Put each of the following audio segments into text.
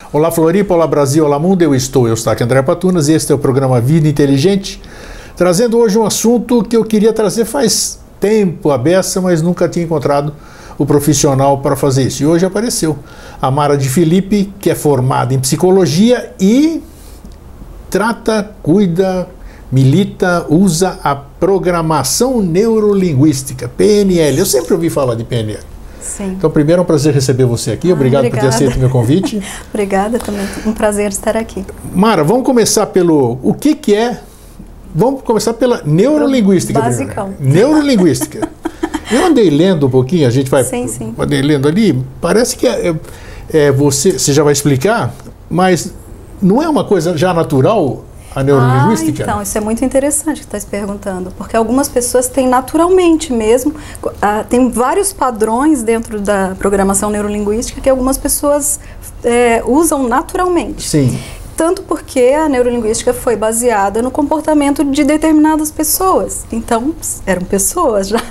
Olá Floripa, olá Brasil, olá mundo, eu estou aqui André Patunas e este é o programa Vida Inteligente, trazendo hoje um assunto que eu queria trazer faz tempo, a beça, mas nunca tinha encontrado o profissional para fazer isso. E hoje apareceu a Mara de Felipe, que é formada em psicologia e trata, cuida, milita, usa a programação neurolinguística, PNL. Eu sempre ouvi falar de PNL. Sim. Então, primeiro é um prazer receber você aqui. Obrigado por ter aceito o meu convite. Obrigada também. Um prazer estar aqui. Mara, vamos começar pelo... O que é... Vamos começar pela neurolinguística. Basicão. Neurolinguística. Eu andei lendo um pouquinho, a gente vai... Sim. Andei lendo ali, parece que você já vai explicar, mas não é uma coisa já natural a neurolinguística? Então, isso é muito interessante que está se perguntando, porque algumas pessoas têm naturalmente mesmo, tem vários padrões dentro da programação neurolinguística que algumas pessoas usam naturalmente. Sim. Tanto porque a neurolinguística foi baseada no comportamento de determinadas pessoas. Então, eram pessoas já,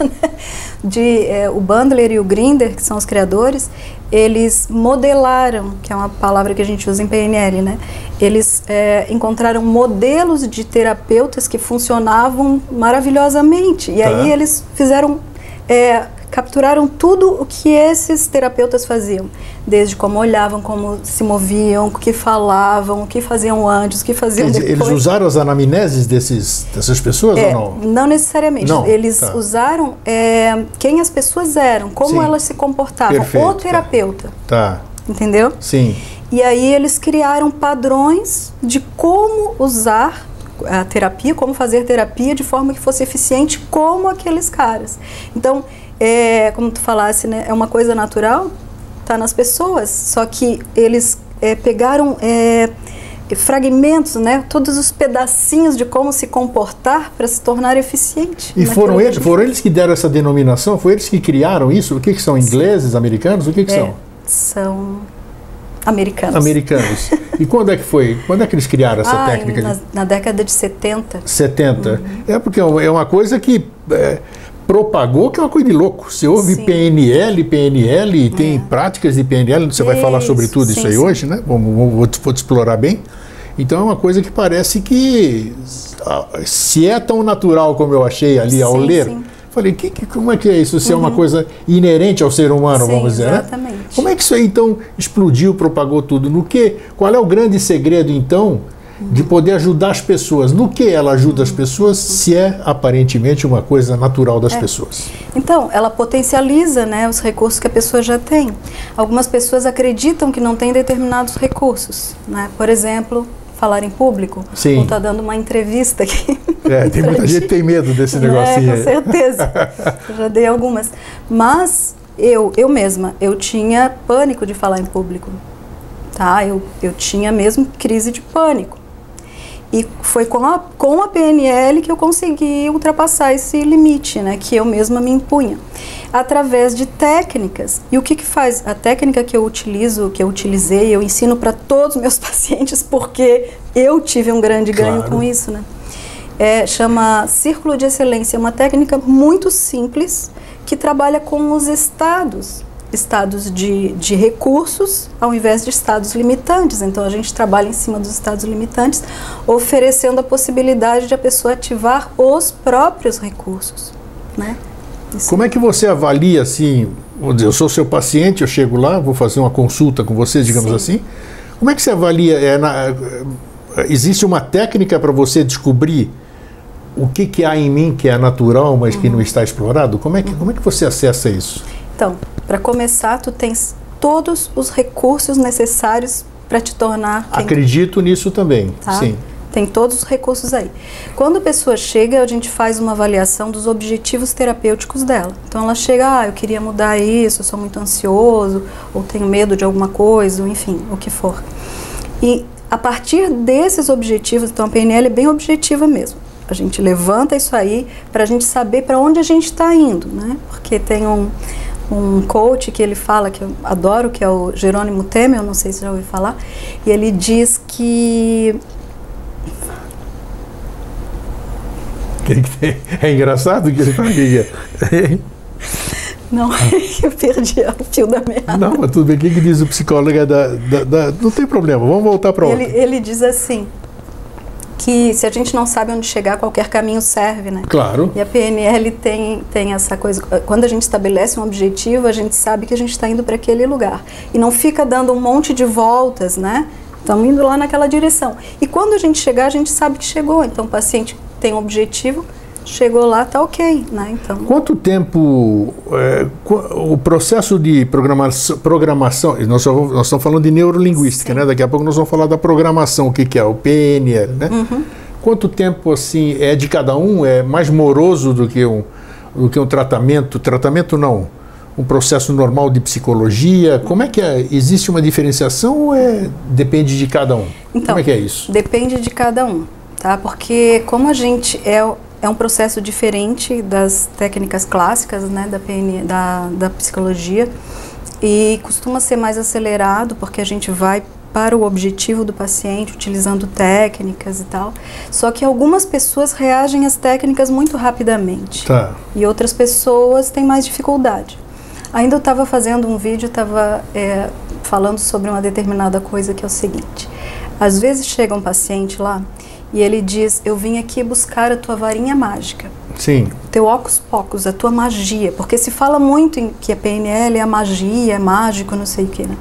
né? O Bandler e o Grinder, que são os criadores, eles modelaram, que é uma palavra que a gente usa em PNL, né? Eles encontraram modelos de terapeutas que funcionavam maravilhosamente. E aí eles fizeram... capturaram tudo o que esses terapeutas faziam, desde como olhavam, como se moviam, o que falavam, o que faziam antes, o que faziam depois. Eles usaram as anamneses dessas pessoas ou não? Não necessariamente. Não, eles usaram quem as pessoas eram, como elas se comportavam, perfeito, o terapeuta. Tá. Entendeu? Sim. E aí eles criaram padrões de como usar a terapia, como fazer terapia de forma que fosse eficiente como aqueles caras. Então, como tu falasse, né, é uma coisa natural, tá nas pessoas, só que eles pegaram fragmentos, né, todos os pedacinhos de como se comportar para se tornar eficiente. E foram eles que deram essa denominação? Foi eles que criaram isso? O que são, ingleses, americanos? O que são? São americanos. Americanos. E quando é que foi? Quando é que eles criaram essa técnica? Na década de 70. 70. Porque é uma coisa que... propagou, que é uma coisa de louco. Você ouve PNL, e tem práticas de PNL, você vai falar sobre tudo isso aí hoje, né? Vou te explorar bem. Então é uma coisa que parece que, se é tão natural como eu achei ali ao ler, falei, como é que é isso? Se é uma coisa inerente ao ser humano, vamos dizer, exatamente. Né? Como é que isso aí, então, explodiu, propagou tudo? Qual é o grande segredo, então, de poder ajudar as pessoas? No que ela ajuda as pessoas, se é aparentemente uma coisa natural das pessoas? Então, ela potencializa, né, os recursos que a pessoa já tem. Algumas pessoas acreditam que não tem determinados recursos, né? Por exemplo, falar em público. Sim. Ou tá dando uma entrevista aqui. Tem muita gente que tem medo desse negocinho. Com certeza. Eu já dei algumas. Mas eu mesma, eu tinha pânico de falar em público. Tá? Eu tinha mesmo crise de pânico. E foi com a PNL que eu consegui ultrapassar esse limite, né, que eu mesma me impunha, através de técnicas. E o que faz? A técnica que eu utilizei, eu ensino para todos os meus pacientes, porque eu tive um grande ganho com isso, né? Chama Círculo de Excelência, é uma técnica muito simples que trabalha com os estados de recursos ao invés de estados limitantes. Então a gente trabalha em cima dos estados limitantes, oferecendo a possibilidade de a pessoa ativar os próprios recursos, né? Como é que você avalia, assim, vou dizer, eu sou seu paciente, eu chego lá, vou fazer uma consulta com você, digamos assim, como é que você avalia? Existe uma técnica para você descobrir o que há em mim que é natural, mas que não está explorado? Como é que você acessa isso? Então, para começar, tu tens todos os recursos necessários para te tornar quem... Acredito nisso também, sim. Tem todos os recursos aí. Quando a pessoa chega, a gente faz uma avaliação dos objetivos terapêuticos dela. Então ela chega, eu queria mudar isso, eu sou muito ansioso, ou tenho medo de alguma coisa, ou enfim, o que for. E a partir desses objetivos, então a PNL é bem objetiva mesmo. A gente levanta isso aí para a gente saber para onde a gente está indo, né? Porque tem um coach que ele fala, que eu adoro, que é o Jerônimo Temel, não sei se já ouviu falar, e ele diz que... É engraçado que ele fala. Não, eu perdi o fio da meada. Não, mas tudo bem. O que diz o psicólogo? Não tem problema, vamos voltar para outra. Ele diz assim, que se a gente não sabe onde chegar, qualquer caminho serve, né? Claro. E a PNL tem essa coisa, quando a gente estabelece um objetivo, a gente sabe que a gente está indo para aquele lugar. E não fica dando um monte de voltas, né? Estamos indo lá naquela direção. E quando a gente chegar, a gente sabe que chegou. Então o paciente tem um objetivo, chegou lá, tá ok, né? Então. Quanto tempo o processo de programação, nós estamos falando de neurolinguística, né? Daqui a pouco nós vamos falar da programação, o que é o PNL, né? Uhum. Quanto tempo assim é de cada um? É mais moroso do que um tratamento? Tratamento não. Um processo normal de psicologia? Como é que é? Existe uma diferenciação ou depende de cada um? Então, como é que é isso? Depende de cada um, tá? Porque como a gente é um processo diferente das técnicas clássicas, né, da psicologia, e costuma ser mais acelerado porque a gente vai para o objetivo do paciente utilizando técnicas e tal. Só que algumas pessoas reagem às técnicas muito rapidamente. Tá. E outras pessoas têm mais dificuldade. Ainda eu estava fazendo um vídeo, estava falando sobre uma determinada coisa que é o seguinte. Às vezes chega um paciente lá e ele diz, eu vim aqui buscar a tua varinha mágica. Sim. Teu ocus pocus, a tua magia. Porque se fala muito em que a PNL é a magia, é mágico, não sei o que, né?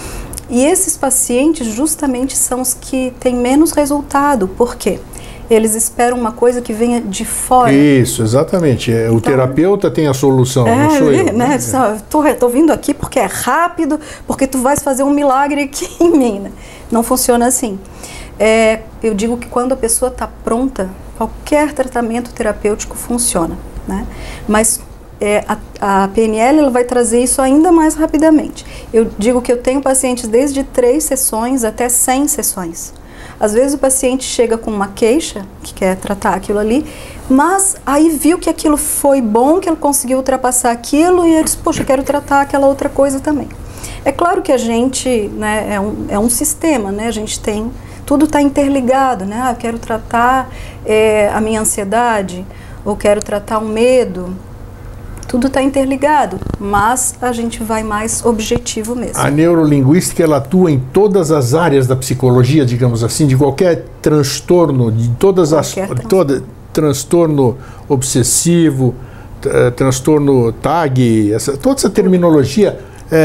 E esses pacientes justamente são os que têm menos resultado. Por quê? Eles esperam uma coisa que venha de fora. Isso, exatamente. O terapeuta tem a solução, não sou eu. Né? Tô vindo aqui porque é rápido, porque tu vais fazer um milagre aqui em mim. Né? Não funciona assim. Eu digo que quando a pessoa está pronta, qualquer tratamento terapêutico funciona. Né? Mas a PNL ela vai trazer isso ainda mais rapidamente. Eu digo que eu tenho pacientes desde 3 sessões até 100 sessões. Às vezes o paciente chega com uma queixa, que quer tratar aquilo ali, mas aí viu que aquilo foi bom, que ele conseguiu ultrapassar aquilo e ele disse, poxa, eu quero tratar aquela outra coisa também. É claro que a gente, né, é um sistema, né, a gente tem, tudo está interligado, né, eu quero tratar a minha ansiedade, ou quero tratar um medo, tudo está interligado, mas a gente vai mais objetivo mesmo. A neurolinguística ela atua em todas as áreas da psicologia, digamos assim, de qualquer transtorno, de todas as transtorno obsessivo, transtorno TAG, toda essa terminologia,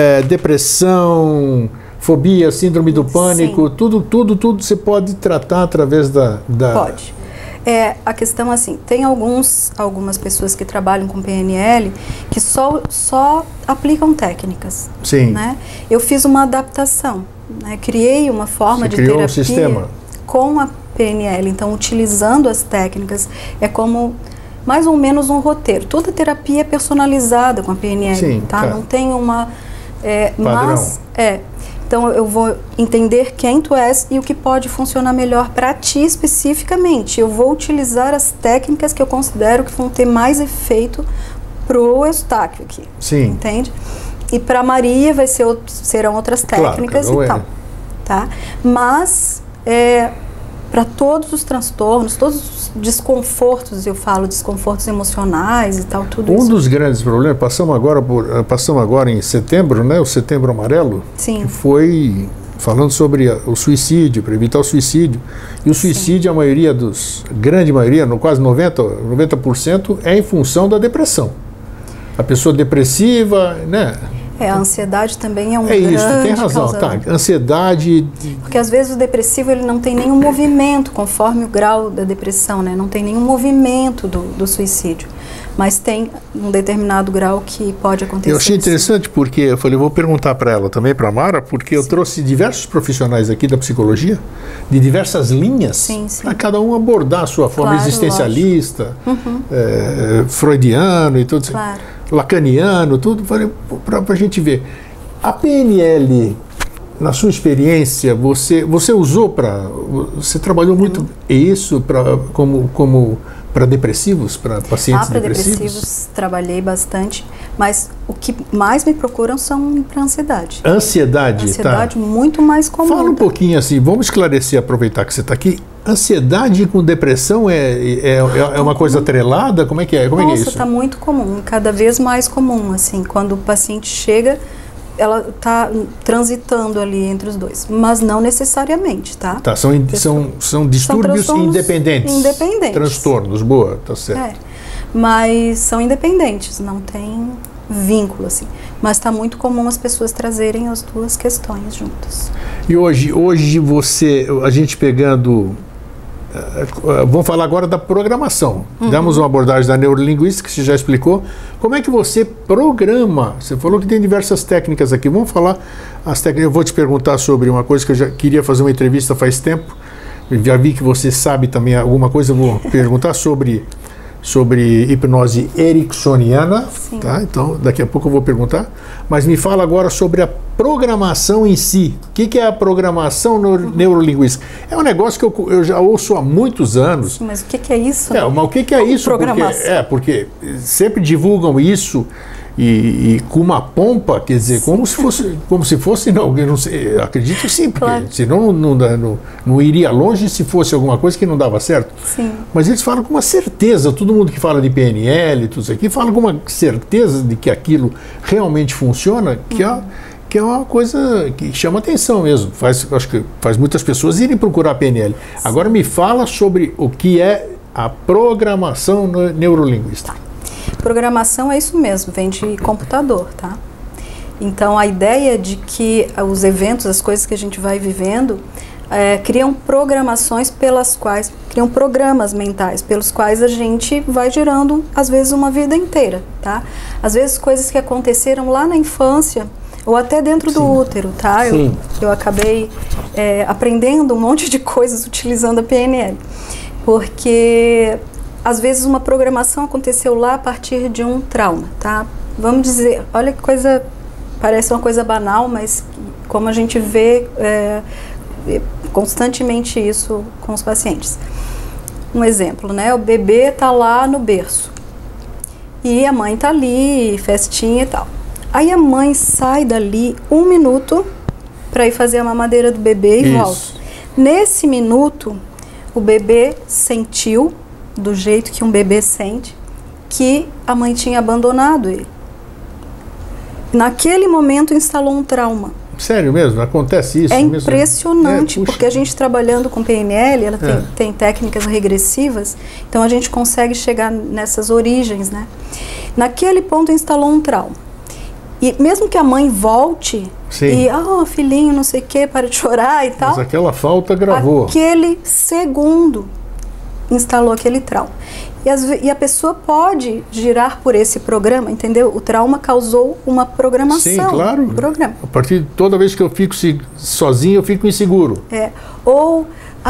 depressão, fobia, síndrome do pânico, tudo você pode tratar através da... Pode. A questão assim, tem algumas pessoas que trabalham com PNL que só aplicam técnicas. Sim. Né? Eu fiz uma adaptação, né? Criei uma forma de terapia um sistema com a PNL. Então, utilizando as técnicas, é como mais ou menos um roteiro. Toda terapia é personalizada com a PNL. Sim, tá? Não tem uma... padrão. Então eu vou entender quem tu és e o que pode funcionar melhor para ti especificamente. Eu vou utilizar as técnicas que eu considero que vão ter mais efeito pro Eustáquio aqui. Sim. Entende? E para Maria serão outras técnicas e tal. Tá? Mas para todos os transtornos, todos os desconfortos, eu falo desconfortos emocionais e tal, tudo isso. Um dos grandes problemas, passamos agora em setembro, né, o Setembro Amarelo, Sim. que foi falando sobre o suicídio, para evitar o suicídio. E o suicídio, a grande maioria, quase 90%, é em função da depressão. A pessoa depressiva, né? A ansiedade também é um grande isso, tem razão, causador. tá. Ansiedade... Porque às vezes o depressivo ele não tem nenhum movimento, conforme o grau da depressão, né? Não tem nenhum movimento do suicídio. Mas tem um determinado grau que pode acontecer. Eu achei interessante porque eu falei, vou perguntar para ela também, para a Mara, porque eu trouxe diversos profissionais aqui da psicologia, de diversas linhas, para cada um abordar a sua forma existencialista, freudiano e tudo isso. Claro. Lacaniano, tudo, para a gente ver. A PNL, na sua experiência, você usou você trabalhou muito isso como para depressivos, para pacientes depressivos? Para depressivos trabalhei bastante, mas o que mais me procuram são para ansiedade. Ansiedade, muito mais comum. Fala um pouquinho assim, vamos esclarecer, aproveitar que você está aqui, Ansiedade com depressão é uma coisa atrelada? Como é que é? Como é que é isso? Nossa, está muito comum, cada vez mais comum, assim, quando o paciente chega, ela está transitando ali entre os dois, mas não necessariamente, tá? Tá, são distúrbios independentes. Transtornos, boa, tá certo. Mas são independentes, não tem vínculo, assim. Mas está muito comum as pessoas trazerem as duas questões juntas. E hoje a gente pegando... Vamos falar agora da programação. Damos uma abordagem da neurolinguística, que você já explicou. Como é que você programa? Você falou que tem diversas técnicas aqui. Vamos falar as técnicas. Eu vou te perguntar sobre uma coisa que eu já queria fazer uma entrevista faz tempo. Eu já vi que você sabe também alguma coisa. Eu vou perguntar sobre hipnose ericksoniana, tá? Então, daqui a pouco eu vou perguntar. Mas me fala agora sobre a programação em si. O que é a programação neurolinguística? É um negócio que eu já ouço há muitos anos. Mas o que é isso? Mas o que é isso? Programação. Porque sempre divulgam isso e com uma pompa, quer dizer, como se fosse, não, eu não sei, acredito sim, porque claro. Senão não iria longe se fosse alguma coisa que não dava certo. Sim. Mas eles falam com uma certeza, todo mundo que fala de PNL, tudo isso aqui, fala com uma certeza de que aquilo realmente funciona, que é uma coisa que chama atenção mesmo. Acho que faz muitas pessoas irem procurar PNL. Sim. Agora me fala sobre o que é a programação neurolinguística. Programação é isso mesmo, vem de computador, tá? Então, a ideia de que os eventos, as coisas que a gente vai vivendo, criam programações criam programas mentais, pelos quais a gente vai gerando, às vezes, uma vida inteira, tá? Às vezes, coisas que aconteceram lá na infância, ou até dentro do útero, tá? Eu acabei aprendendo um monte de coisas utilizando a PNL, porque... Às vezes uma programação aconteceu lá a partir de um trauma, tá? Vamos dizer, olha que coisa, parece uma coisa banal, mas como a gente vê constantemente isso com os pacientes. Um exemplo, né? O bebê tá lá no berço e a mãe tá ali, festinha e tal. Aí a mãe sai dali 1 minuto para ir fazer a mamadeira do bebê e volta. Nesse minuto, o bebê sentiu, do jeito que um bebê sente, que a mãe tinha abandonado ele. Naquele momento instalou um trauma. Sério mesmo? Acontece isso? É impressionante, porque a gente trabalhando com PNL, ela tem técnicas regressivas, então a gente consegue chegar nessas origens, né? Naquele ponto instalou um trauma. E mesmo que a mãe volte e, filhinho, não sei o que, para de chorar e tal. Mas aquela falta gravou. Aquele segundo instalou aquele trauma. E a pessoa pode girar por esse programa, entendeu? O trauma causou uma programação. Sim, claro. Programa. A partir de toda vez que eu fico sozinho, eu fico inseguro. Ou,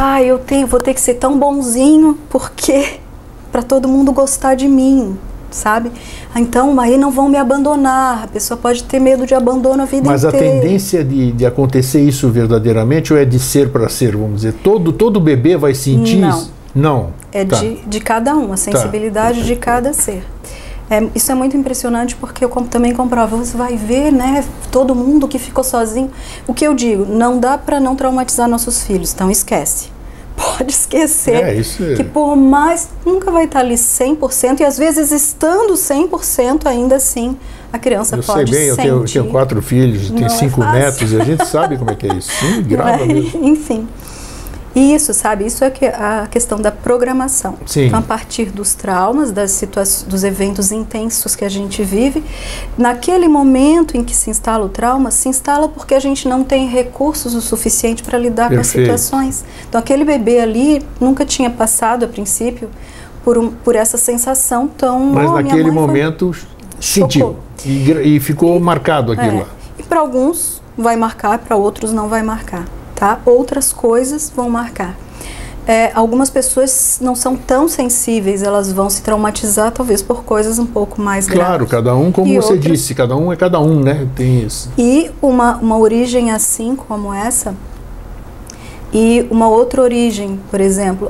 vou ter que ser tão bonzinho porque para todo mundo gostar de mim, sabe? Então, aí não vão me abandonar. A pessoa pode ter medo de abandono a vida inteira. Mas a tendência de acontecer isso verdadeiramente ou é de ser para ser, vamos dizer? Todo bebê vai sentir isso? Não. É de cada um, a sensibilidade de cada ser. Isso é muito impressionante porque eu também comprovo, você vai ver, né, todo mundo que ficou sozinho. O que eu digo, não dá para não traumatizar nossos filhos, então esquece. Pode esquecer que por mais, nunca vai estar ali 100% e às vezes estando 100% ainda assim, a criança pode sentir. Eu sei bem, eu tenho 4 filhos, tenho 5 netos e a gente sabe como é que é isso. Sim, grava mesmo. Enfim. Isso, sabe? Isso é a questão da programação. Sim. Então, a partir dos traumas, dos eventos intensos que a gente vive, naquele momento em que se instala o trauma, se instala porque a gente não tem recursos o suficiente para lidar com as situações. Então, aquele bebê ali nunca tinha passado, a princípio, por essa sensação tão... Mas naquele momento sentiu e ficou marcado aquilo lá. E para alguns vai marcar, para outros não vai marcar. Tá? Outras coisas vão marcar. Algumas pessoas não são tão sensíveis, elas vão se traumatizar talvez por coisas um pouco mais graves. Claro, cada um, como você disse, cada um é cada um, né? Tem isso. E uma origem assim como essa, e uma outra origem, por exemplo,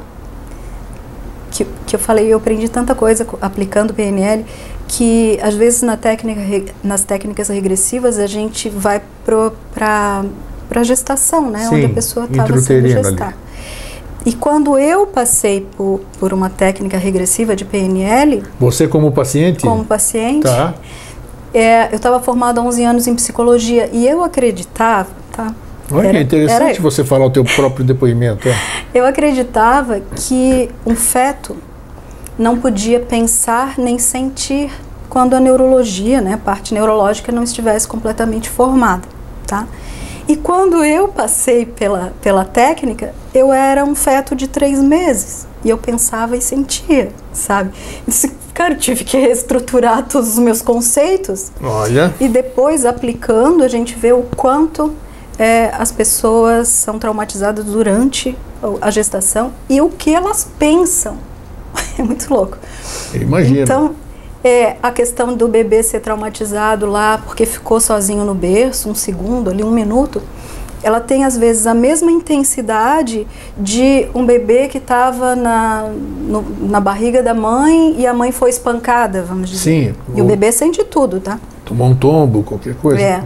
que eu falei, eu aprendi tanta coisa aplicando PNL, que às vezes nas técnicas regressivas a gente vai para a gestação, né? Sim, onde a pessoa estava sendo gestada. E quando eu passei por uma técnica regressiva de PNL... Você como paciente? Como paciente. Tá. Eu estava formada há 11 anos em psicologia e eu acreditava... Tá? Olha, é interessante você falar o teu próprio depoimento. Eu acreditava que um feto não podia pensar nem sentir quando a neurologia, né, a parte neurológica não estivesse completamente formada, tá? E quando eu passei pela técnica, eu era um feto de 3 meses e eu pensava e sentia, sabe? Cara, eu tive que reestruturar todos os meus conceitos. Olha. E depois, aplicando, a gente vê o quanto as pessoas são traumatizadas durante a gestação e o que elas pensam. É muito louco. Imagina. Então, a questão do bebê ser traumatizado lá porque ficou sozinho no berço, 1 segundo, ali 1 minuto, ela tem às vezes a mesma intensidade de um bebê que estava na barriga da mãe e a mãe foi espancada, vamos dizer. Sim. E o bebê sente tudo, tá? Tomou um tombo, qualquer coisa.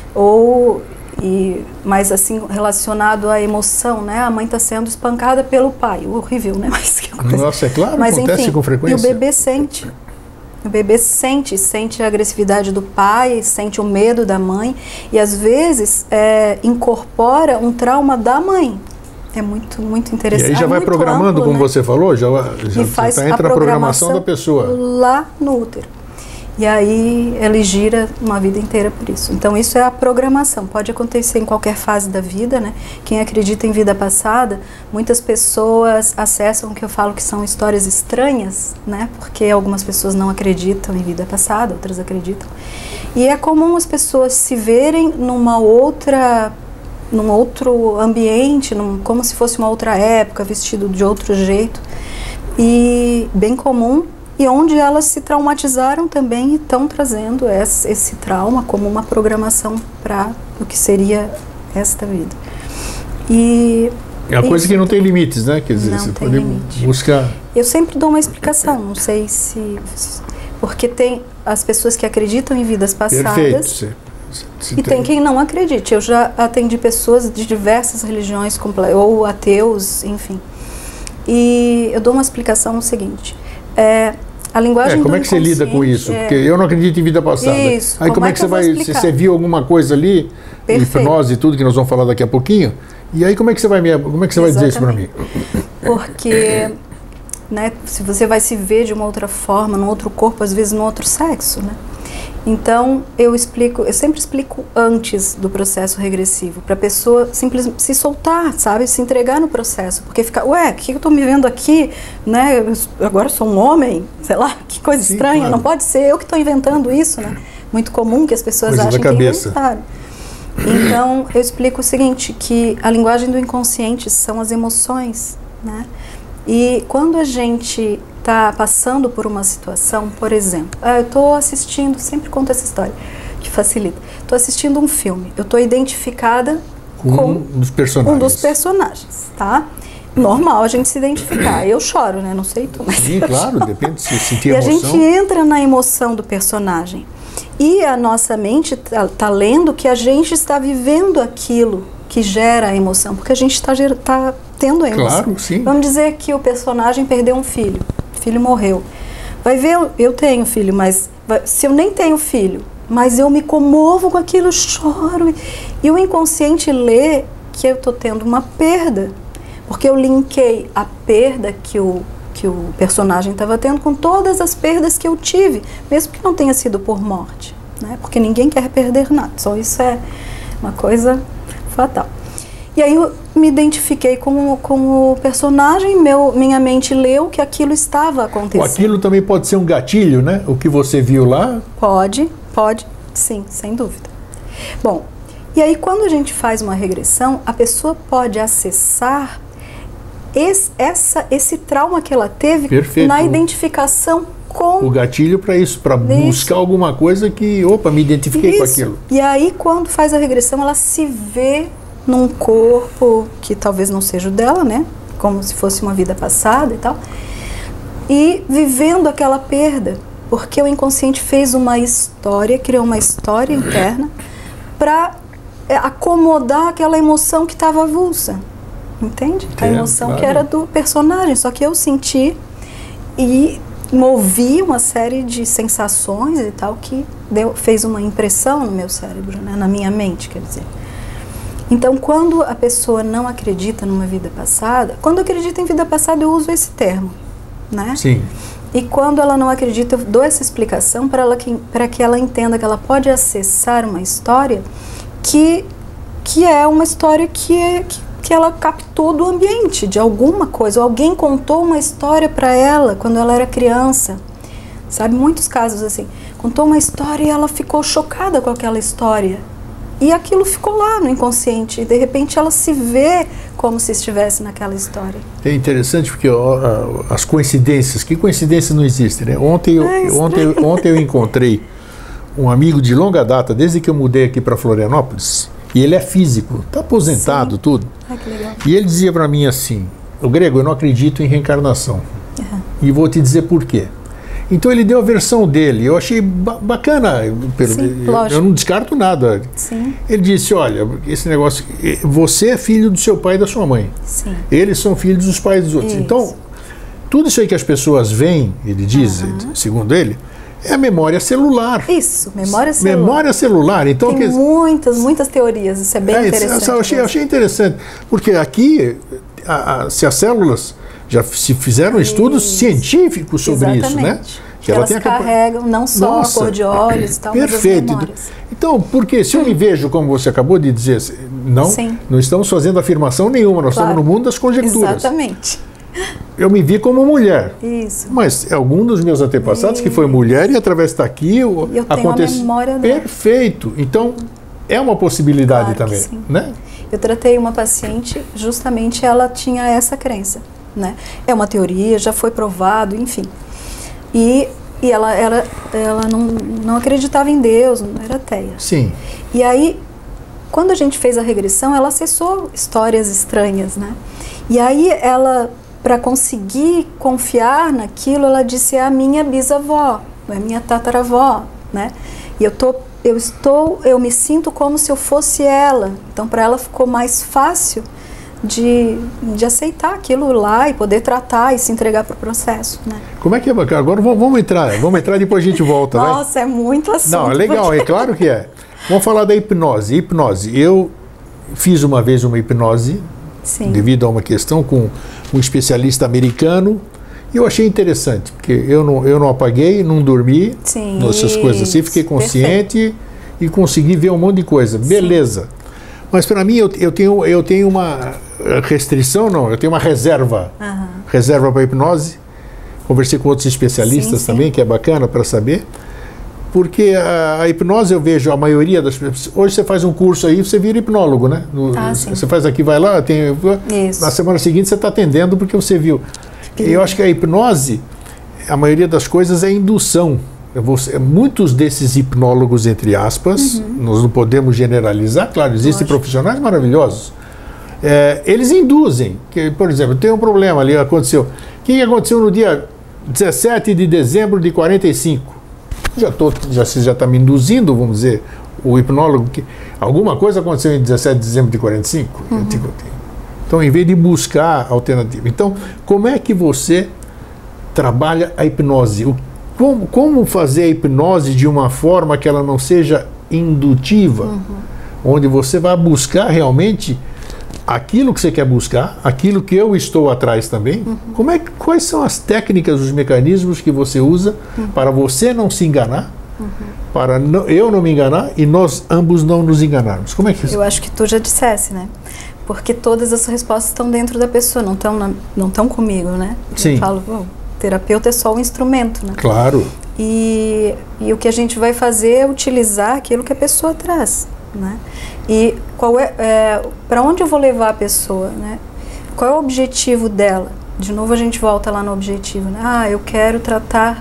Mas assim, relacionado à emoção, né? A mãe está sendo espancada pelo pai. Horrível, né? Mas que coisa. Nossa, é claro, mas, acontece enfim, com frequência. E o bebê sente. O bebê sente a agressividade do pai, sente o medo da mãe e às vezes incorpora um trauma da mãe. É muito, muito interessante. E aí já vai programando, amplo, como né? você falou, já entra a programação da pessoa. Lá no útero. E aí ele gira uma vida inteira por isso. Então isso é a programação. Pode acontecer em qualquer fase da vida, né? Quem acredita em vida passada, muitas pessoas acessam o que eu falo que são histórias estranhas, né? Porque algumas pessoas não acreditam em vida passada, outras acreditam. E é comum as pessoas se verem num outro ambiente, como se fosse uma outra época, vestido de outro jeito. E bem comum. E onde elas se traumatizaram também e estão trazendo esse trauma como uma programação para o que seria esta vida. E é uma coisa que não tem limites, né? Quer dizer, não você tem pode limite. buscar... Eu sempre dou uma explicação, não sei se... Porque tem as pessoas que acreditam em vidas passadas. Perfeito. E tem quem não acredite. Eu já atendi pessoas de diversas religiões, ou ateus, enfim. E eu dou uma explicação no segugue. A linguagem como é que você lida com isso? Porque eu não acredito em vida passada. Isso. Aí como é que você vai... Você viu alguma coisa ali, hipnose e tudo, que nós vamos falar daqui a pouquinho, e aí como é que você vai dizer isso para mim? Porque, né, se você vai se ver de uma outra forma, num outro corpo, às vezes num outro sexo, né? Então, eu sempre explico antes do processo regressivo, para a pessoa simplesmente se soltar, sabe? Se entregar no processo, porque fica, o que eu estou me vendo aqui, né? Agora eu sou um homem, sei lá, que coisa estranha, claro. Não pode ser eu que estou inventando isso, né? Muito comum que as pessoas achem que inventaram. Então, eu explico o seguinte, que a linguagem do inconsciente são as emoções, né? E quando a gente está passando por uma situação, por exemplo, eu estou assistindo, sempre conto essa história, que facilita. Estou assistindo um filme, eu estou identificada com um dos personagens, tá? Normal a gente se identificar. Eu choro, né? Não sei tu, mas sim, claro, depende se sentir emoção. E a gente entra na emoção do personagem. E a nossa mente tá lendo que a gente está vivendo aquilo que gera a emoção, porque a gente está tendo a emoção. Claro, sim. Vamos dizer que o personagem perdeu um filho. O filho morreu. Vai ver, eu tenho filho, mas se eu nem tenho filho, mas eu me comovo com aquilo, choro. E o inconsciente lê que eu estou tendo uma perda, porque eu linkei a perda que o personagem estava tendo com todas as perdas que eu tive, mesmo que não tenha sido por morte, né? Porque ninguém quer perder nada, só isso é uma coisa fatal. E aí eu me identifiquei com o personagem, minha mente leu que aquilo estava acontecendo. Aquilo também pode ser um gatilho, né? O que você viu lá? Pode, sim, sem dúvida. Bom, e aí quando a gente faz uma regressão, a pessoa pode acessar esse trauma que ela teve. Perfeito. Na identificação com... O gatilho para isso, para buscar alguma coisa que, me identifiquei com aquilo. E aí quando faz a regressão, ela se vê num corpo que talvez não seja o dela, né? Como se fosse uma vida passada e tal. E vivendo aquela perda, porque o inconsciente fez uma história, criou uma história interna para acomodar aquela emoção que estava avulsa. Entende? A emoção que era do personagem, só que eu senti e movi uma série de sensações e tal que fez uma impressão no meu cérebro, né? Na minha mente, quer dizer. Então, quando a pessoa não acredita numa vida passada, quando acredita em vida passada eu uso esse termo, né? Sim. E quando ela não acredita, eu dou essa explicação para que ela entenda que ela pode acessar uma história que é uma história que ela captou do ambiente, de alguma coisa. Alguém contou uma história para ela quando ela era criança. Sabe, muitos casos assim. Contou uma história e ela ficou chocada com aquela história. E aquilo ficou lá no inconsciente. E de repente ela se vê como se estivesse naquela história. É interessante porque as coincidências, que coincidências não existem, né? Ontem eu encontrei um amigo de longa data, desde que eu mudei aqui para Florianópolis, e ele é físico, está aposentado, sim, tudo. Ah, que legal. E ele dizia para mim assim: o Grego, eu não acredito em reencarnação. Uhum. E vou te dizer por quê. Então ele deu a versão dele, eu achei bacana, sim, eu não descarto nada. Sim. Ele disse: olha, esse negócio, você é filho do seu pai e da sua mãe. Sim. Eles são filhos dos pais dos outros. Isso. Então, tudo isso aí que as pessoas veem, ele diz, segundo ele, é a memória celular. Isso, memória celular. Memória celular. Então, tem muitas teorias, isso é bem interessante. Eu achei interessante, porque aqui, se as células já se fizeram estudos científicos sobre isso, né? Que elas carregam não só a cor de olhos e tal, perfeito. Mas as memórias. Então, porque se eu me vejo, como você acabou de dizer, não estamos fazendo afirmação nenhuma, nós estamos no mundo das conjecturas. Exatamente. Eu me vi como mulher. Isso. Mas algum dos meus antepassados que foi mulher e através daqui aconteceu. Memória dela. Perfeito. Então, é uma possibilidade também, né? Eu tratei uma paciente, justamente ela tinha essa crença, né? É uma teoria, já foi provado, enfim. E ela não acreditava em Deus, não era ateia. Sim. E aí, quando a gente fez a regressão, ela acessou histórias estranhas, né? E aí ela, para conseguir confiar naquilo, ela disse: é a minha bisavó, é a minha tataravó, né? E eu me sinto como se eu fosse ela. Então, para ela ficou mais fácil de aceitar aquilo lá e poder tratar e se entregar para o processo, né? Como é que é bacana? Agora vamos entrar e depois a gente volta, né? Nossa, é muito assunto. Não, é legal, é claro que é. Vamos falar da hipnose. Hipnose. Eu fiz uma vez uma hipnose, sim, devido a uma questão com um especialista americano, e eu achei interessante, porque eu não apaguei, não dormi, sim, essas coisas assim, fiquei consciente e consegui ver um monte de coisa. Sim. Beleza. Mas para mim eu tenho uma restrição, eu tenho uma reserva. Reserva para hipnose. Conversei com outros especialistas também, que é bacana para saber. Porque a hipnose, eu vejo a maioria das pessoas. Hoje você faz um curso aí, você vira hipnólogo, né? Você faz aqui, vai lá, na semana seguinte você está atendendo porque você viu. E eu acho que a hipnose, a maioria das coisas é indução. Muitos desses hipnólogos, entre aspas, nós não podemos generalizar, claro, existem profissionais maravilhosos. Eles induzem. Por exemplo, tem um problema ali, aconteceu. O que aconteceu no dia 17 de dezembro de 45? Você já está me induzindo, vamos dizer, o hipnólogo, que alguma coisa aconteceu em 17 de dezembro de 45? Então, em vez de buscar alternativa. Então, como é que você trabalha a hipnose? Como fazer a hipnose de uma forma que ela não seja indutiva, onde você vai buscar realmente aquilo que você quer buscar, aquilo que eu estou atrás também. Quais são as técnicas, os mecanismos que você usa para você não se enganar, para eu não me enganar e nós ambos não nos enganarmos? Como é que eu acho que tu já dissesse, né? Porque todas essas respostas estão dentro da pessoa, não estão comigo, né? Sim. Eu falo, terapeuta é só um instrumento, né? Claro. E o que a gente vai fazer é utilizar aquilo que a pessoa traz, né? E para onde eu vou levar a pessoa, né? Qual é o objetivo dela? De novo a gente volta lá no objetivo, né? Eu quero tratar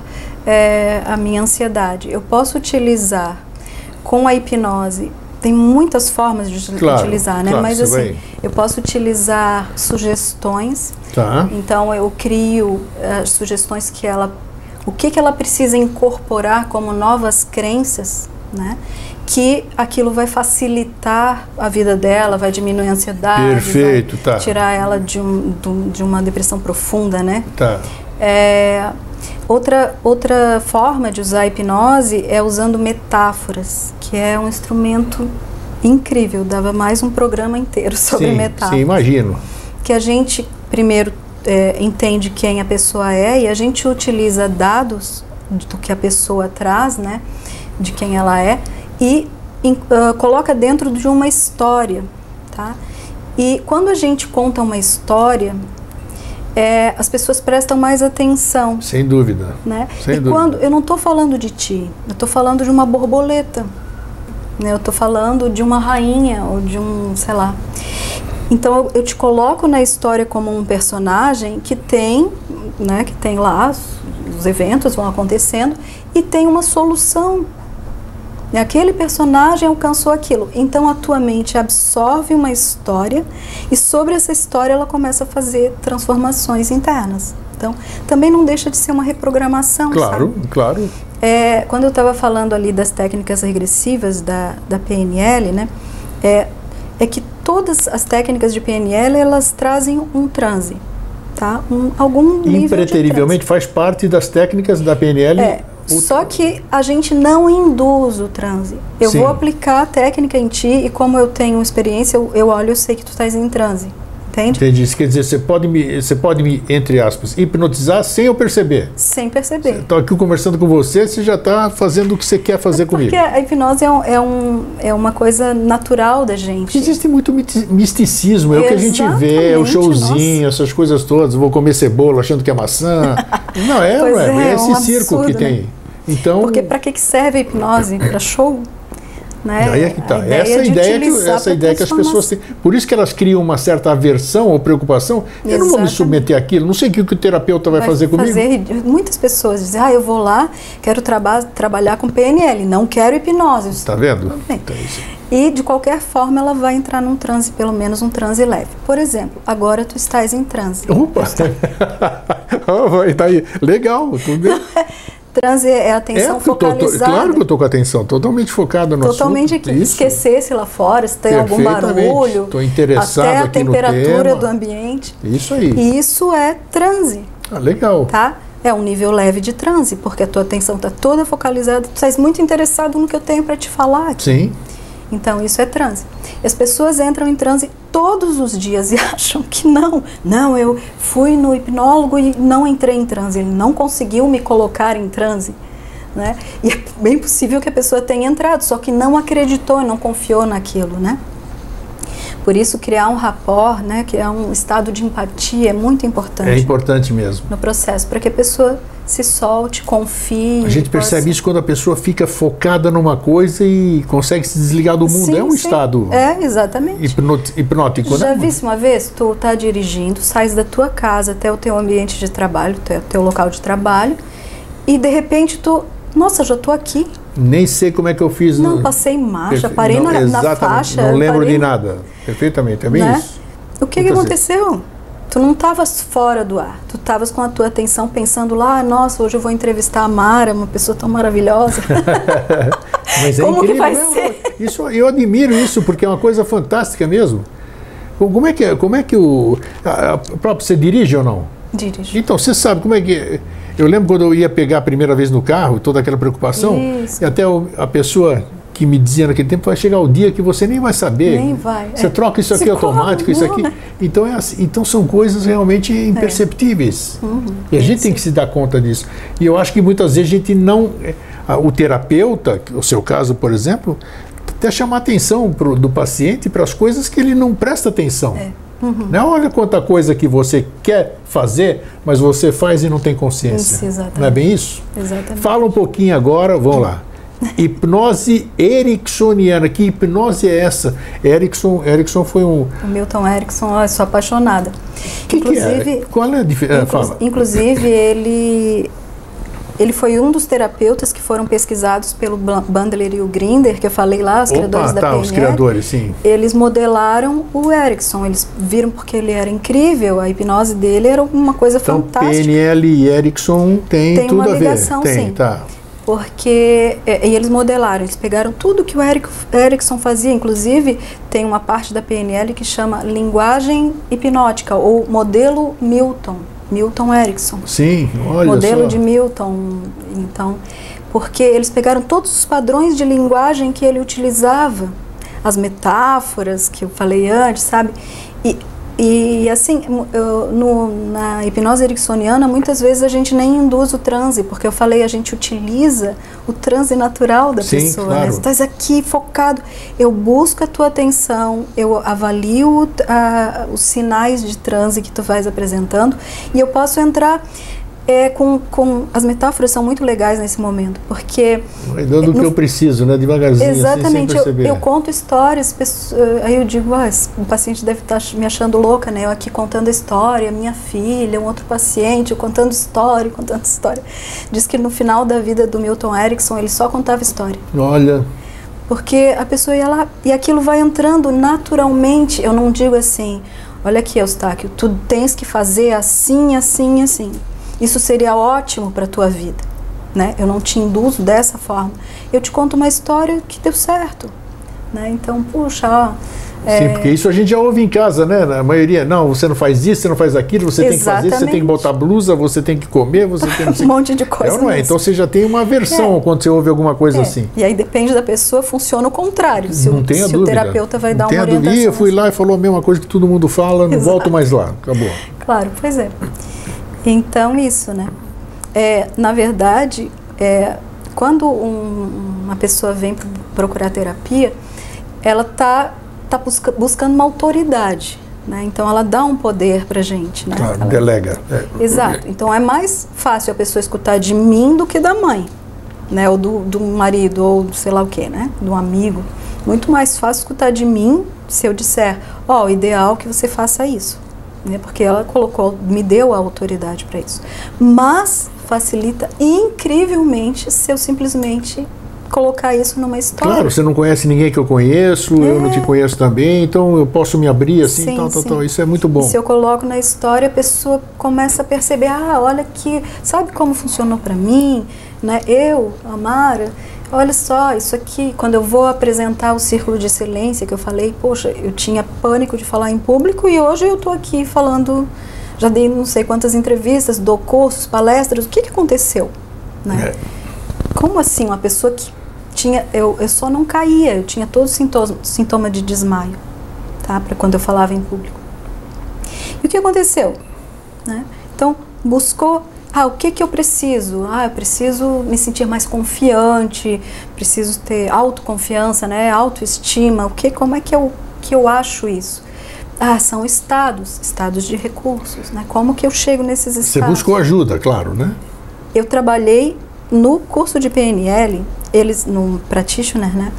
a minha ansiedade. Eu posso utilizar com a hipnose. Tem muitas formas de utilizar, né? Mas assim, eu posso utilizar sugestões. Tá. Então eu crio sugestões o que ela precisa incorporar como novas crenças, né? que aquilo vai facilitar a vida dela, vai diminuir a ansiedade, perfeito, vai tirar ela de uma depressão profunda, né? Tá. Outra forma de usar a hipnose é usando metáforas, que é um instrumento incrível, dava mais um programa inteiro sobre metáforas. Sim, imagino. Que a gente primeiro entende quem a pessoa é e a gente utiliza dados do que a pessoa traz, né, de quem ela é, e coloca dentro de uma história, tá? E quando a gente conta uma história, as pessoas prestam mais atenção. Sem dúvida. Né? Sem dúvida. Quando eu não estou falando de ti, eu estou falando de uma borboleta, né? Eu estou falando de uma rainha ou de sei lá. Então eu te coloco na história como um personagem que tem, né? Que tem lá os eventos vão acontecendo e tem uma solução. Aquele personagem alcançou aquilo. Então a tua mente absorve uma história e sobre essa história ela começa a fazer transformações internas. Então também não deixa de ser uma reprogramação. Claro, sabe? claro. Quando eu estava falando ali das técnicas regressivas da PNL, né, é que todas as técnicas de PNL elas trazem um transe, tá? Algum nível Impreterivelmente de transe. faz parte das técnicas da PNL. Só que a gente não induz o transe. Eu Sim. vou aplicar a técnica em ti e como eu tenho experiência, eu olho e sei que tu estás em transe. Entende? Entendi. Isso quer dizer, você pode me, entre aspas, hipnotizar sem eu perceber. Sem perceber. Estou aqui conversando com você já está fazendo o que você quer fazer comigo. Porque a hipnose é uma coisa natural da gente. Existe muito misticismo, é o que a gente vê, o showzinho, essas coisas todas. Vou comer cebola achando que é maçã. Não é, é esse circo que tem. Né? Então, porque para que serve a hipnose? Para show? Né? Aí é que tá. Essa ideia que as pessoas têm. Por isso que elas criam uma certa aversão ou preocupação. Eu não vou me submeter àquilo, não sei o que o terapeuta vai fazer comigo. Muitas pessoas dizem, eu vou lá, quero trabalhar com PNL, não quero hipnose. Está vendo? Então, e de qualquer forma ela vai entrar num transe, pelo menos um transe leve. Por exemplo, agora tu estás em transe. Opa! Tá aí. Legal, tudo bem. Transe é atenção focalizada. Claro que eu estou com a atenção totalmente focada no totalmente assunto. Totalmente esquecer-se lá fora, se tem algum barulho. Estou interessado até a aqui temperatura no do ambiente. Isso aí. E isso é transe. Legal. Tá? É um nível leve de transe, porque a tua atenção está toda focalizada. Tu estás muito interessado no que eu tenho para te falar aqui. Sim. Então isso é transe. E as pessoas entram em transe todos os dias e acham que não. Não, eu fui no hipnólogo e não entrei em transe. Ele não conseguiu me colocar em transe. Né? E é bem possível que a pessoa tenha entrado, só que não acreditou, não confiou naquilo, né? Por isso criar um rapport, né, criar um estado de empatia é muito importante. É importante mesmo. No processo, para que a pessoa se solte, confie. A gente percebe isso quando a pessoa fica focada numa coisa e consegue se desligar do mundo. Sim, é um estado exatamente. hipnótico, Já né? visse uma vez, tu tá dirigindo, sais da tua casa até o teu ambiente de trabalho, teu local de trabalho, e de repente nossa, já tô aqui. Nem sei como é que eu fiz. Não, passei marcha, parei na faixa. Não lembro de nada. Perfeitamente, é bem isso. O que aconteceu? Tu não estavas fora do ar. Tu estavas com a tua atenção pensando lá, nossa, hoje eu vou entrevistar a Mara, uma pessoa tão maravilhosa. Mas como incrível, que vai ser? Isso, eu admiro isso, porque é uma coisa fantástica mesmo. Como é que o próprio você dirige ou não? Dirijo. Então, você sabe como é que... Eu lembro quando eu ia pegar a primeira vez no carro, toda aquela preocupação, isso. E até a pessoa que me dizia naquele tempo, vai chegar o dia que você nem vai saber. Nem vai. Você troca isso aqui automático, isso aqui. Então, assim, então são coisas realmente imperceptíveis. E a gente tem que se dar conta disso. E eu acho que muitas vezes a gente não... O terapeuta, o seu caso, por exemplo, até chamar a atenção do paciente para as coisas que ele não presta atenção. Não, olha quanta coisa que você quer fazer, mas você faz e não tem consciência. Isso, exatamente. Não é bem isso? Exatamente. Fala um pouquinho agora, vamos lá. Hipnose ericksoniana. Que hipnose é essa? Erickson foi um... O Milton Erickson, eu sou apaixonada. Que é? Qual é a diferença? Fala. Inclusive, ele foi um dos terapeutas que foram pesquisados pelo Bandler e o Grinder, que eu falei lá, os criadores da PNL. Os criadores, sim. Eles modelaram o Erickson, eles viram porque ele era incrível, a hipnose dele era uma coisa fantástica. PNL e Erickson tem tudo uma a ver. Ligação, sim. Tá. porque e eles modelaram, eles pegaram tudo que o Erickson fazia, inclusive tem uma parte da PNL que chama linguagem hipnótica, ou modelo Milton Erickson. Sim, olha modelo só. de Milton, então, porque eles pegaram todos os padrões de linguagem que ele utilizava, as metáforas que eu falei antes, sabe? E assim, na hipnose ericksoniana, muitas vezes a gente nem induz o transe, porque eu falei, a gente utiliza o transe natural da pessoa. Claro. Né? Você está aqui focado, eu busco a tua atenção, eu avalio os sinais de transe que tu vais apresentando, e eu posso entrar as metáforas são muito legais nesse momento, porque... Vai dando o que eu preciso, né? Devagarzinho, exatamente, assim, sem perceber. Eu conto histórias, aí eu digo, o paciente deve estar me achando louca, né? Eu aqui contando a história, minha filha, um outro paciente, eu contando história. Diz que no final da vida do Milton Erickson, ele só contava história. Olha... Porque a pessoa ia lá, e aquilo vai entrando naturalmente. Eu não digo assim, olha aqui, Eustáquio, tu tens que fazer assim, assim, assim. Isso seria ótimo para a tua vida, né? Eu não te induzo dessa forma. Eu te conto uma história que deu certo, né? Então, puxa, ó... Sim, porque isso a gente já ouve em casa, né? Na maioria, não, você não faz isso, você não faz aquilo, você tem que fazer, você tem que botar blusa, você tem que comer, você tem que... um monte de coisa. Não é? Então você já tem uma aversão quando você ouve alguma coisa assim. E aí depende da pessoa, funciona o contrário. Se não tenha dúvida. O terapeuta vai dar uma orientação. Eu fui lá e falou a mesma coisa que todo mundo fala, não volto mais lá, acabou. Claro, pois é. Então, isso, né? Na verdade, quando uma pessoa vem procurar terapia, ela tá buscando uma autoridade, né? Então, ela dá um poder pra gente, né? Claro, delega. Exato. Então, é mais fácil a pessoa escutar de mim do que da mãe, né? Ou do marido, ou sei lá o quê, né? Do amigo. Muito mais fácil escutar de mim se eu disser, o ideal é que você faça isso. Né, porque ela me deu a autoridade para isso. Mas facilita incrivelmente se eu simplesmente colocar isso numa história. Claro, você não conhece ninguém que eu conheço, eu não te conheço também, então eu posso me abrir assim, tal. Isso é muito bom. E se eu coloco na história, a pessoa começa a perceber, olha aqui, sabe como funcionou para mim, né? Eu, Amara, olha só, isso aqui, quando eu vou apresentar o Círculo de Excelência, que eu falei, poxa, eu tinha pânico de falar em público e hoje eu estou aqui falando, já dei não sei quantas entrevistas, dou cursos, palestras, o que aconteceu? Né? Como assim, uma pessoa que tinha, eu só não caía, eu tinha todos os sintomas de desmaio, tá? Para quando eu falava em público. E o que aconteceu? Né? Então, buscou... o que eu preciso? Eu preciso me sentir mais confiante, preciso ter autoconfiança, né? Autoestima. Como é que eu acho isso? São estados de recursos, né? Como que eu chego nesses estados? Você buscou ajuda, claro, né? Eu trabalhei no curso de PNL, no practitioner, né?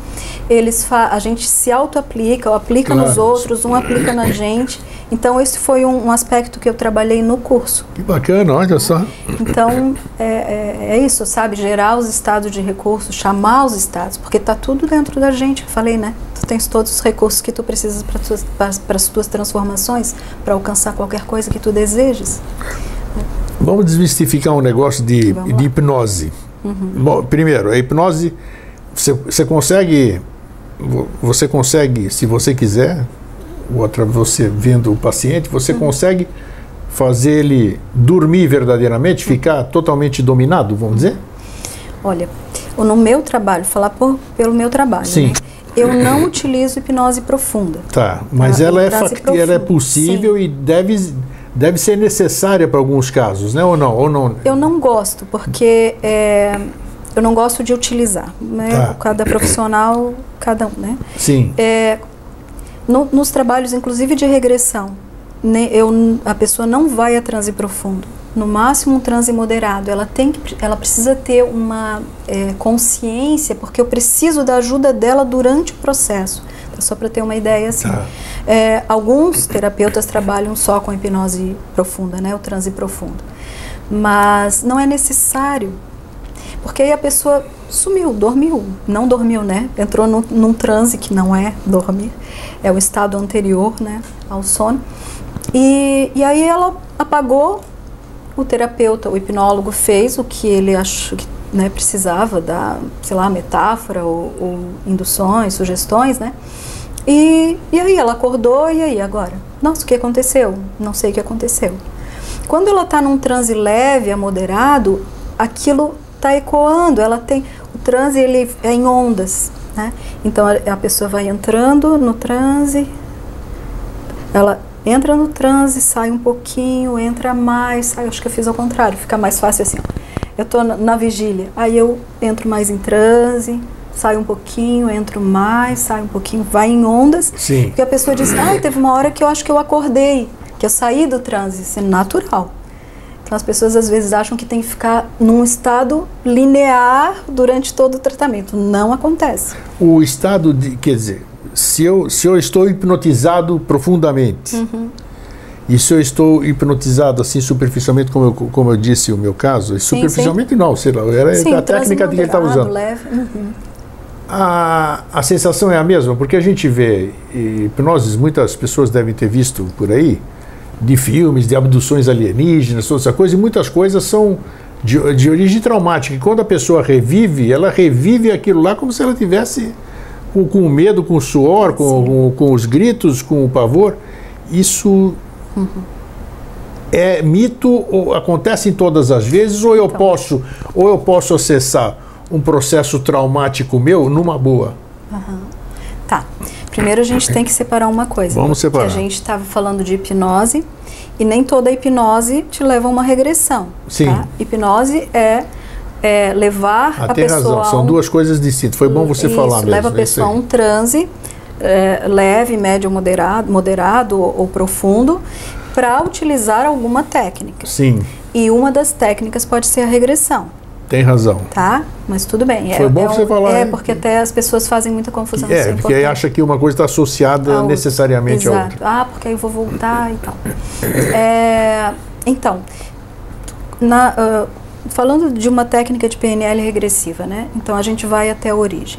A gente se auto-aplica, ou aplica nos outros, um aplica na gente. Então, esse foi um aspecto que eu trabalhei no curso. Que bacana, olha só. Então, é isso, sabe? Gerar os estados de recursos, chamar os estados, porque está tudo dentro da gente, eu falei, né? Tu tens todos os recursos que tu precisas para as tuas transformações, para alcançar qualquer coisa que tu desejes. Vamos desmistificar um negócio de hipnose. Bom, primeiro, a hipnose, você consegue, se você quiser, você vendo o paciente, você consegue fazer ele dormir verdadeiramente, ficar totalmente dominado, vamos dizer? Olha, no meu trabalho, falar pelo meu trabalho, sim. Né? Eu não utilizo hipnose profunda. Tá, mas ela é possível. Sim. E deve ser necessária para alguns casos, né? Ou não? Eu não gosto, porque eu não gosto de utilizar, né? Tá. Cada profissional, cada um, né? Sim. Nos trabalhos, inclusive de regressão, né, a pessoa não vai a transe profundo. No máximo um transe moderado. Ela precisa ter uma consciência, porque eu preciso da ajuda dela durante o processo. Então, só para ter uma ideia assim. Tá. Alguns terapeutas trabalham só com hipnose profunda, né, o transe profundo. Mas não é necessário. Porque aí a pessoa sumiu, dormiu. Não dormiu, né? Entrou num transe que não é dormir. É o estado anterior, né, ao sono. E aí ela apagou, o terapeuta, o hipnólogo fez o que ele achou, né, precisava dar, sei lá, metáfora ou induções, sugestões, né? E aí ela acordou, e aí agora? Nossa, o que aconteceu? Não sei o que aconteceu. Quando ela está num transe leve a moderado, aquilo está ecoando, ela tem... O transe, ele é em ondas, né? Então a pessoa vai entrando no transe, ela entra no transe, sai um pouquinho, entra mais, sai, acho que eu fiz ao contrário, fica mais fácil assim, ó. Eu estou na vigília, aí eu entro mais em transe, saio um pouquinho, entro mais, saio um pouquinho, vai em ondas. Sim. Porque a pessoa diz, teve uma hora que eu acho que eu acordei, que eu saí do transe, isso é natural. Então as pessoas às vezes acham que tem que ficar num estado linear durante todo o tratamento. Não acontece. O estado de, quer dizer, se eu estou hipnotizado profundamente, e se eu estou hipnotizado assim superficialmente, como eu disse o meu caso, superficialmente sim. Não, sei lá, era a técnica que ele estava usando. Leve. A sensação é a mesma, porque a gente vê hipnoses, muitas pessoas devem ter visto por aí, de filmes, de abduções alienígenas, toda essa coisa, e muitas coisas são de origem traumática. E quando a pessoa revive, ela revive aquilo lá como se ela tivesse com o medo, com o suor, com os gritos, com o pavor. Isso é mito, ou acontece em todas as vezes, ou eu posso acessar um processo traumático meu numa boa? Tá. Primeiro a gente tem que separar uma coisa. Vamos separar. Que a gente estava falando de hipnose e nem toda hipnose te leva a uma regressão. Sim. Tá? Hipnose é levar a tem pessoa razão. São duas coisas distintas. Foi bom você falar mesmo. Leva a pessoa a um transe leve, médio, moderado ou profundo para utilizar alguma técnica. Sim. E uma das técnicas pode ser a regressão. Tem razão. Tá? Mas tudo bem. Foi bom você falar. Porque até as pessoas fazem muita confusão. Porque aí acha que uma coisa está associada necessariamente a outra. Porque aí eu vou voltar e tal. Então, falando de uma técnica de PNL regressiva, né? Então a gente vai até a origem.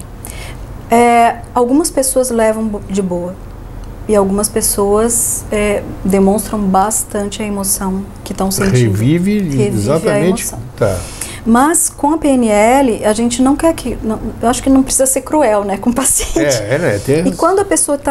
Algumas pessoas levam de boa. E algumas pessoas demonstram bastante a emoção que estão sentindo. Revive exatamente. A emoção. Tá. Mas com a PNL, a gente não quer que... eu acho que não precisa ser cruel, né, com o paciente. E quando a pessoa está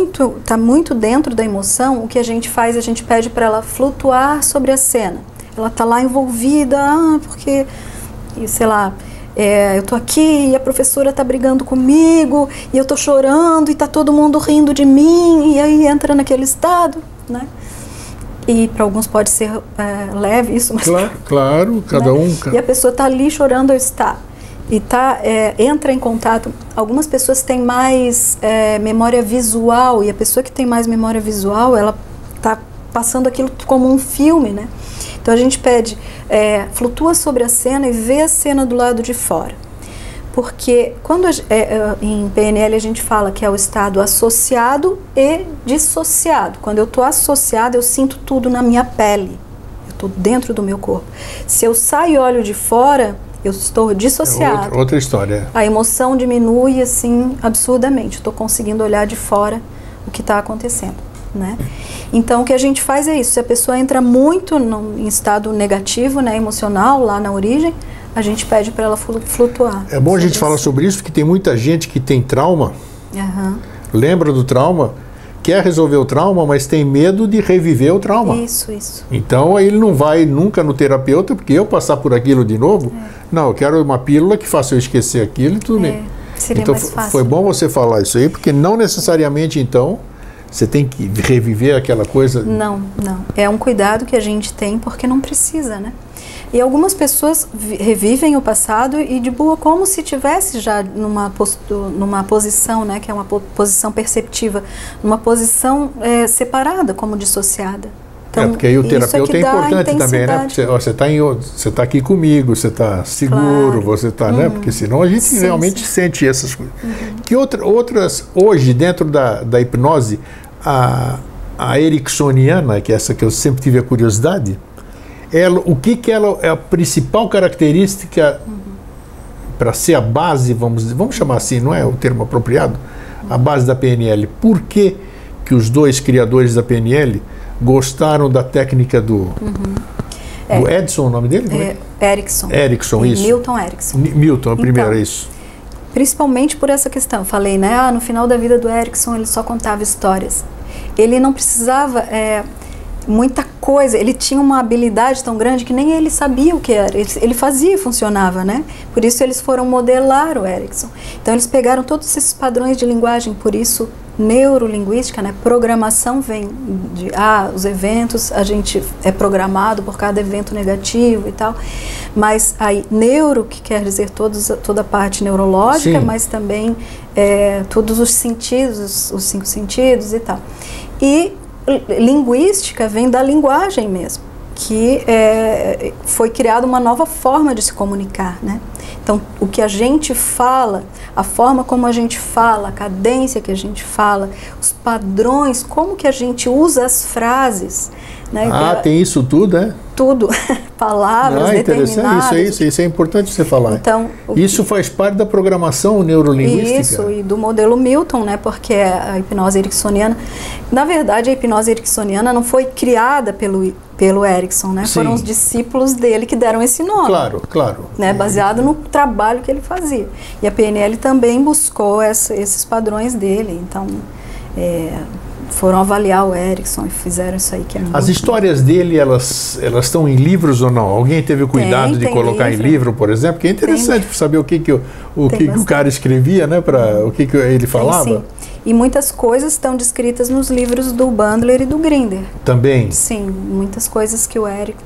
muito dentro da emoção, o que a gente faz, a gente pede para ela flutuar sobre a cena. Ela está lá envolvida, porque, sei lá, eu tô aqui e a professora tá brigando comigo, e eu tô chorando e tá todo mundo rindo de mim, e aí entra naquele estado, né? E para alguns pode ser leve isso, mas... Claro, cada um... E a pessoa está ali chorando, e entra em contato. Algumas pessoas têm mais memória visual, e a pessoa que tem mais memória visual, ela está passando aquilo como um filme, né? Então a gente pede, flutua sobre a cena e vê a cena do lado de fora. Porque quando em PNL a gente fala que é o estado associado e dissociado. Quando eu estou associado, eu sinto tudo na minha pele. Eu estou dentro do meu corpo. Se eu saio e olho de fora, eu estou dissociado. Outra história. A emoção diminui assim absurdamente. Estou conseguindo olhar de fora o que está acontecendo, né? Então o que a gente faz é isso. Se a pessoa entra muito em estado negativo, né, emocional, lá na origem, a gente pede para ela flutuar. É bom a gente falar sobre isso, porque tem muita gente que tem trauma, lembra do trauma, quer resolver o trauma, mas tem medo de reviver o trauma. Isso. Então aí ele não vai nunca no terapeuta, porque eu passar por aquilo de novo, não, eu quero uma pílula que faça eu esquecer aquilo e tudo bem. Seria então mais fácil. Foi bom você falar isso aí, porque não necessariamente então você tem que reviver aquela coisa. Não. É um cuidado que a gente tem porque não precisa, né? E algumas pessoas revivem o passado e de boa, como se tivesse já numa posição, né, que é uma posição perceptiva, numa posição separada, como dissociada. Então, porque aí o terapeuta é importante também, né? Você está aqui comigo, você está seguro, você está, né? Porque senão a gente realmente sente essas coisas. Que outras, hoje, dentro da hipnose, a ericksoniana, que é essa que eu sempre tive a curiosidade, o que ela é a principal característica para ser a base, vamos chamar assim, não é o termo apropriado, a base da PNL. Por que os dois criadores da PNL gostaram da técnica do... O Edson, o nome dele? Erickson. Erickson, isso. Milton Erickson. Milton, a primeira, é isso. Principalmente por essa questão. Falei, né? No final da vida do Erickson, ele só contava histórias. Ele não precisava muita coisa. Ele tinha uma habilidade tão grande que nem ele sabia o que era. Ele fazia e funcionava, né? Por isso eles foram modelar o Erickson. Então eles pegaram todos esses padrões de linguagem, por isso neurolinguística, né? Programação vem de os eventos, a gente é programado por cada evento negativo e tal, mas aí neuro, que quer dizer toda a parte neurológica, sim, mas também todos os sentidos, os 5 sentidos e tal. E linguística vem da linguagem mesmo, que foi criada uma nova forma de se comunicar, né? Então, o que a gente fala, a forma como a gente fala, a cadência que a gente fala, os padrões, como que a gente usa as frases, né? Tem isso tudo, é? Tudo. Palavras determinadas. Isso é importante você falar. Então, isso faz parte da programação neurolinguística? Isso, e do modelo Milton, né? Porque a hipnose ericksoniana, na verdade, a hipnose ericksoniana não foi criada pelo Erickson, né? Sim. Foram os discípulos dele que deram esse nome. Claro. Né? Baseado no trabalho que ele fazia. E a PNL também buscou esses padrões dele. Então, foram avaliar o Erickson e fizeram isso aí que é muito... As histórias dele, elas estão em livros ou não? Alguém teve o cuidado de colocar em livro, por exemplo? Que é interessante para saber o que o cara escrevia, né? O que ele falava. Sim. E muitas coisas estão descritas nos livros do Bandler e do Grinder. Também? Sim, muitas coisas que o Eric...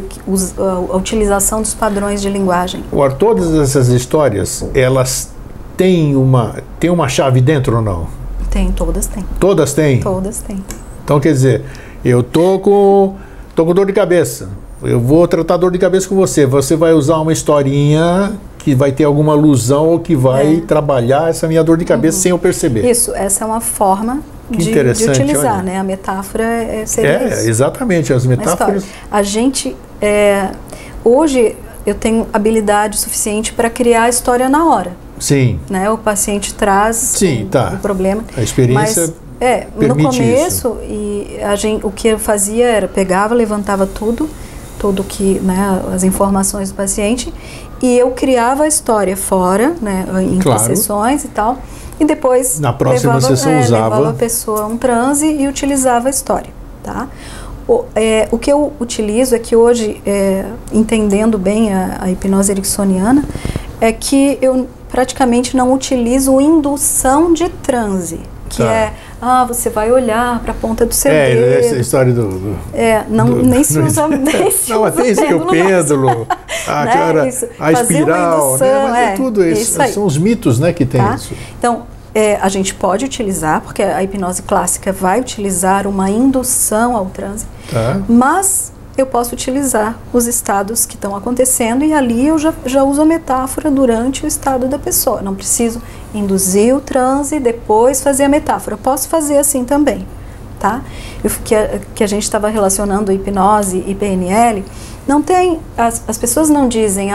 a utilização dos padrões de linguagem. Agora, todas essas histórias, elas têm uma chave dentro ou não? Tem, todas têm. Todas têm? Todas têm. Então, quer dizer, eu tô com dor de cabeça. Eu vou tratar dor de cabeça com você. Você vai usar uma historinha que vai ter alguma alusão ou que vai trabalhar essa minha dor de cabeça sem eu perceber. Isso, essa é uma forma de utilizar, olha, né? A metáfora seria isso. Exatamente, as metáforas. A gente, hoje, eu tenho habilidade suficiente para criar a história na hora. Sim. Né? O paciente traz o problema. A experiência no começo, isso. O que eu fazia era, pegava, levantava tudo que, né, as informações do paciente, e eu criava a história fora, né, em sessões e tal, e depois na próxima sessão levava a pessoa a um transe e utilizava a história, tá? O que eu utilizo é que hoje, entendendo bem a hipnose ericksoniana, é que eu praticamente não utilizo indução de transe, que você vai olhar para a ponta do seu dedo. Essa história nem se usa. Não, até isso que o pêndulo, a espiral, né? Mas é tudo isso. São os mitos, né, que tem isso. Então, a gente pode utilizar, porque a hipnose clássica vai utilizar uma indução ao transe, mas eu posso utilizar os estados que estão acontecendo e ali eu já uso a metáfora durante o estado da pessoa. Não preciso induzir o transe e depois fazer a metáfora. Eu posso fazer assim também, tá? Que a gente estava relacionando hipnose e PNL, não tem... As pessoas não dizem,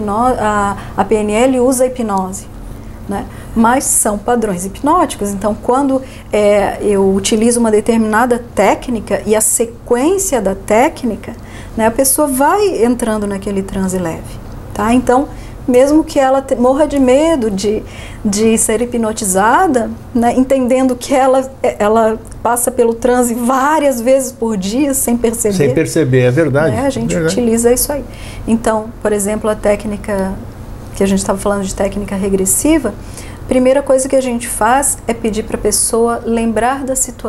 a PNL usa a hipnose, né? Mas são padrões hipnóticos. Então, quando eu utilizo uma determinada técnica e a sequência da técnica, né, a pessoa vai entrando naquele transe leve, tá? Então, mesmo que ela morra de medo de ser hipnotizada, né, entendendo que ela passa pelo transe várias vezes por dia sem perceber. Sem perceber, é verdade. Né, a gente utiliza isso aí. Então, por exemplo, a técnica que a gente estava falando de técnica regressiva, a primeira coisa que a gente faz é pedir para a pessoa lembrar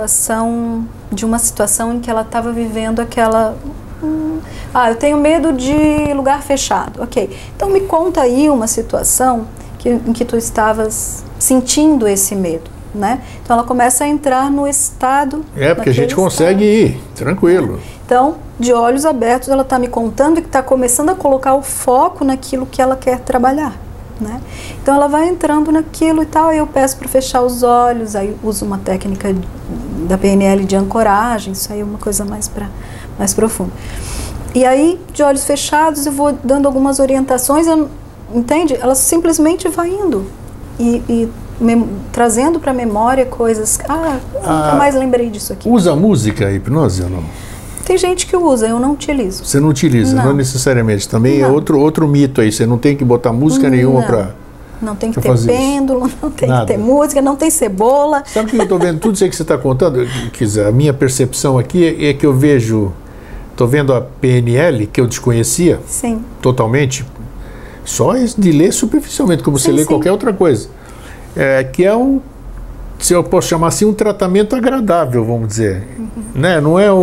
de uma situação em que ela estava vivendo aquela... eu tenho medo de lugar fechado. Ok, então me conta aí uma situação em que tu estavas sentindo esse medo, né? Então ela começa a entrar no estado... porque a gente consegue ir, tranquilo. Então, de olhos abertos, ela está me contando que está começando a colocar o foco naquilo que ela quer trabalhar, né? Então ela vai entrando naquilo e tal, aí eu peço para fechar os olhos, aí uso uma técnica da PNL de ancoragem, isso aí é uma coisa mais profunda. E aí, de olhos fechados, eu vou dando algumas orientações, entende? Ela simplesmente vai indo e trazendo para a memória coisas, nunca mais lembrei disso aqui. Usa música a hipnose ou não? Tem gente que usa, eu não utilizo. Você não utiliza, não necessariamente. Também não. É outro mito aí, você não tem que botar música nenhuma para... Não tem que ter pêndulo, não tem que ter música, não tem cebola. Sabe o que eu estou vendo? Tudo isso aí que você está contando, a minha percepção aqui é que eu vejo, estou vendo a PNL, que eu desconhecia totalmente, só de ler superficialmente, como você lê qualquer outra coisa. Que é se eu posso chamar assim, um tratamento agradável, vamos dizer. Né? Não é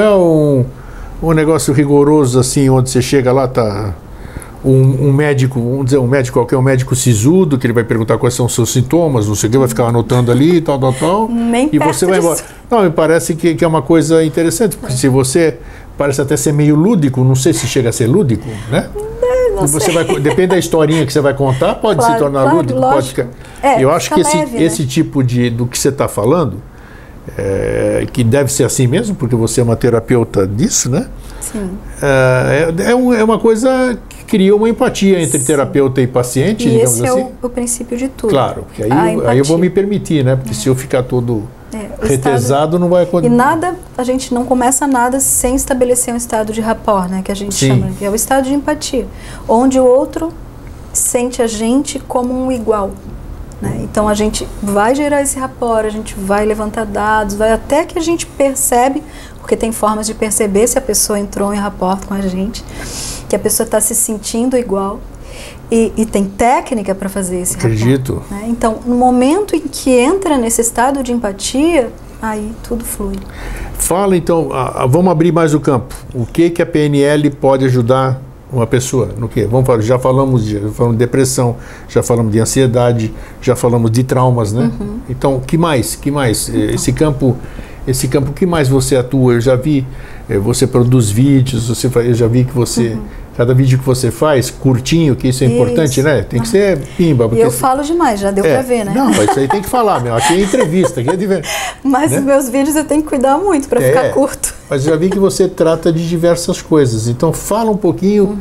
um negócio rigoroso assim, onde você chega lá, tá... Um médico, vamos dizer, qualquer médico sisudo, que ele vai perguntar quais são os seus sintomas, não sei o que, vai ficar anotando ali, tal. Nem e você vai embora. Não, me parece que é uma coisa interessante, porque se você parece até ser meio lúdico, não sei se chega a ser lúdico, né? Você depende da historinha que você vai contar, pode se tornar lúdico, pode ficar. Eu acho que esse tipo do que você está falando, que deve ser assim mesmo, porque você é uma terapeuta disso, né? Sim. É uma coisa que cria uma empatia entre terapeuta e paciente, digamos assim. Esse é o princípio de tudo. Claro, porque aí eu vou me permitir, né? Porque se eu ficar todo retesado, não vai acontecer. E a gente não começa nada sem estabelecer um estado de rapport, né? Que a gente chama, que é o estado de empatia, onde o outro sente a gente como um igual. Né? Então a gente vai gerar esse rapport, a gente vai levantar dados, até que a gente percebe, porque tem formas de perceber se a pessoa entrou em rapport com a gente, que a pessoa está se sentindo igual, e tem técnica para fazer esse Acredito. rapport. Né? Então, no momento em que entra nesse estado de empatia, aí tudo flui. Fala então, vamos abrir mais o campo. O que a PNL pode ajudar uma pessoa? No quê? Vamos falar, já falamos de depressão, já falamos de ansiedade, já falamos de traumas, né? Então, que mais? Então. Esse campo, que mais você atua? Eu já vi, você produz vídeos, eu já vi que você, cada vídeo que você faz, curtinho, que isso é importante, né? Tem que ser pimba. E eu falo demais, já deu pra ver, né? Não, mas isso aí tem que falar, meu. Aqui é entrevista, aqui é divertido. Mas os meus vídeos eu tenho que cuidar muito para ficar curto. Mas eu já vi que você trata de diversas coisas. Então fala um pouquinho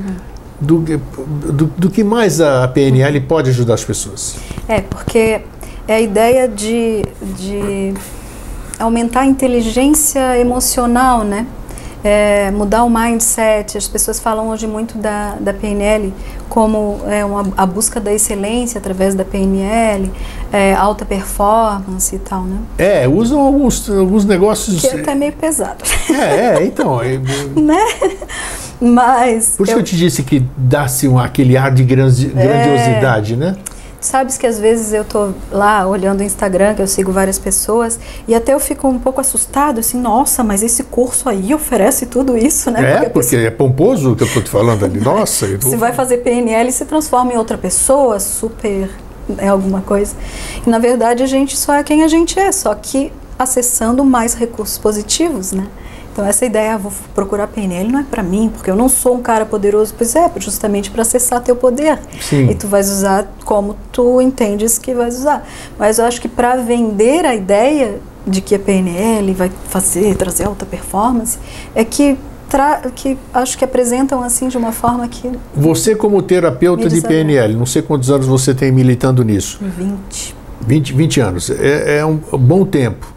do que mais a PNL pode ajudar as pessoas. Porque é a ideia de aumentar a inteligência emocional, né? Mudar o mindset. As pessoas falam hoje muito da PNL como a busca da excelência através da PNL, alta performance e tal, né? Usam alguns negócios... Que é até meio pesado. Então... né? Mas... Por isso que eu te disse que dá-se aquele ar de grandiosidade, né? Sabes que às vezes eu tô lá olhando o Instagram, que eu sigo várias pessoas, e até eu fico um pouco assustado, assim, nossa, mas esse curso aí oferece tudo isso, né? Porque é pomposo o que eu tô te falando ali, nossa. Você vai fazer PNL e se transforma em outra pessoa, super, alguma coisa. E na verdade a gente só é quem a gente é, só que acessando mais recursos positivos, né? Então essa ideia, vou procurar PNL, não é para mim, porque eu não sou um cara poderoso. Pois justamente para acessar teu poder. Sim. E tu vais usar como tu entendes que vais usar. Mas eu acho que para vender a ideia de que a PNL vai trazer alta performance, que acho que apresentam assim de uma forma que... Você como terapeuta de PNL, não sei quantos anos você tem militando nisso. 20 anos. É um bom tempo.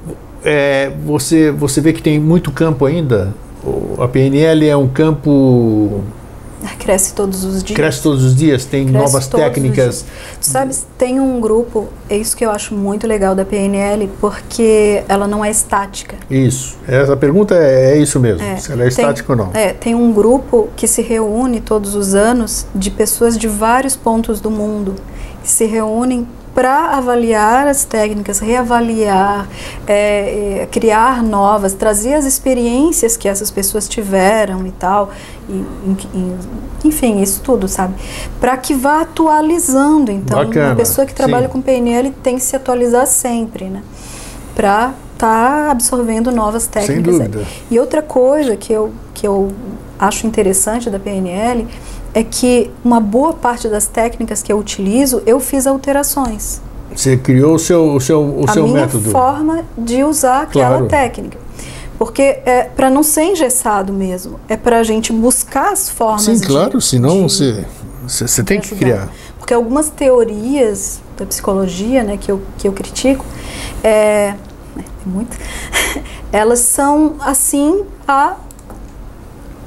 Você vê que tem muito campo ainda? A PNL é um campo... Cresce todos os dias. Cresce todos os dias, tem novas técnicas. Tu sabes, tem um grupo, é isso que eu acho muito legal da PNL, porque ela não é estática. Isso, essa pergunta é isso mesmo, se ela é estática ou não. Tem um grupo que se reúne todos os anos de pessoas de vários pontos do mundo, que se reúnem para avaliar as técnicas, reavaliar, criar novas, trazer as experiências que essas pessoas tiveram e tal, enfim, isso tudo, sabe? Para que vá atualizando. Então, Bacana. Uma pessoa que trabalha com PNL tem que se atualizar sempre, né? Para estar absorvendo novas técnicas. Sem dúvida. E outra coisa que eu acho interessante da PNL é que uma boa parte das técnicas que eu utilizo, eu fiz alterações. Você criou o seu método. A minha forma de usar aquela técnica. Porque para não ser engessado mesmo, é para a gente buscar as formas. Sim, claro, senão você tem que criar. Porque algumas teorias da psicologia, né, que eu critico, muito, elas são assim há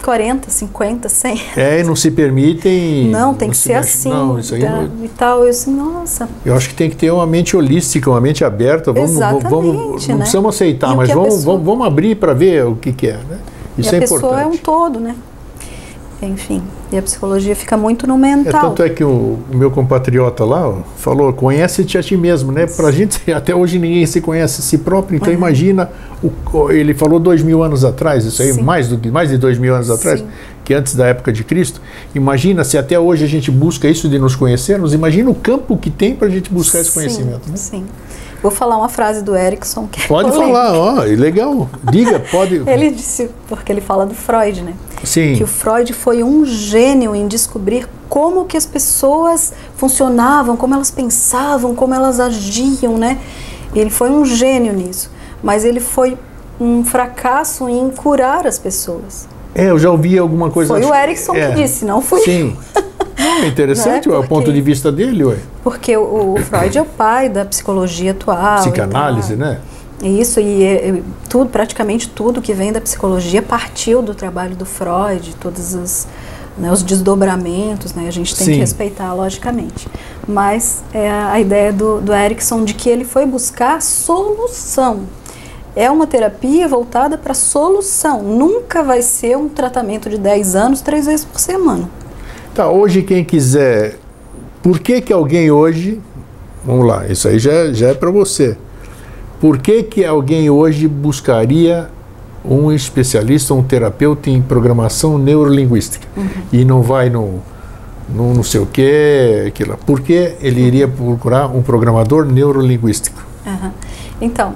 40, 50, 100. E não se permitem... Não, tem que ser assim. Não, isso aí não... E tal, eu assim, nossa... Eu acho que tem que ter uma mente holística, uma mente aberta. Exatamente, não precisamos aceitar, mas vamos abrir para ver o que é, né? Isso é importante. A pessoa é um todo, né? Enfim, e a psicologia fica muito no mental. Tanto é que o meu compatriota lá falou, conhece-te a ti mesmo, né? Pra gente, até hoje ninguém se conhece a si próprio, então imagina, ele falou 2000 anos atrás, isso aí, mais de 2000 anos atrás, que antes da época de Cristo. Imagina se até hoje a gente busca isso de nos conhecermos, imagina o campo que tem pra gente buscar esse conhecimento. Né? Sim. Vou falar uma frase do Erickson que pode falar, legal. Diga, pode. Ele disse, porque ele fala do Freud, né? Sim. Que o Freud foi um gênio em descobrir como que as pessoas funcionavam, como elas pensavam, como elas agiam, né? Ele foi um gênio nisso, mas ele foi um fracasso em curar as pessoas. Eu já ouvi alguma coisa... Foi o Erickson que disse, não fui Sim. É interessante, né? O ponto de vista dele, ué. Porque o Freud é o pai da psicologia atual. Psicanálise, né? Isso, e tudo, praticamente tudo que vem da psicologia partiu do trabalho do Freud, todos os desdobramentos, né? A gente tem que respeitar, logicamente. Mas é a ideia do Erickson de que ele foi buscar solução. É uma terapia voltada para solução. Nunca vai ser um tratamento de 10 anos, 3 vezes por semana. Tá, hoje quem quiser, por que alguém hoje, vamos lá, isso aí já é para você, por que alguém hoje buscaria um especialista, um terapeuta em programação neurolinguística e não vai no não sei o que, aquilo? Por que ele iria procurar um programador neurolinguístico? Então,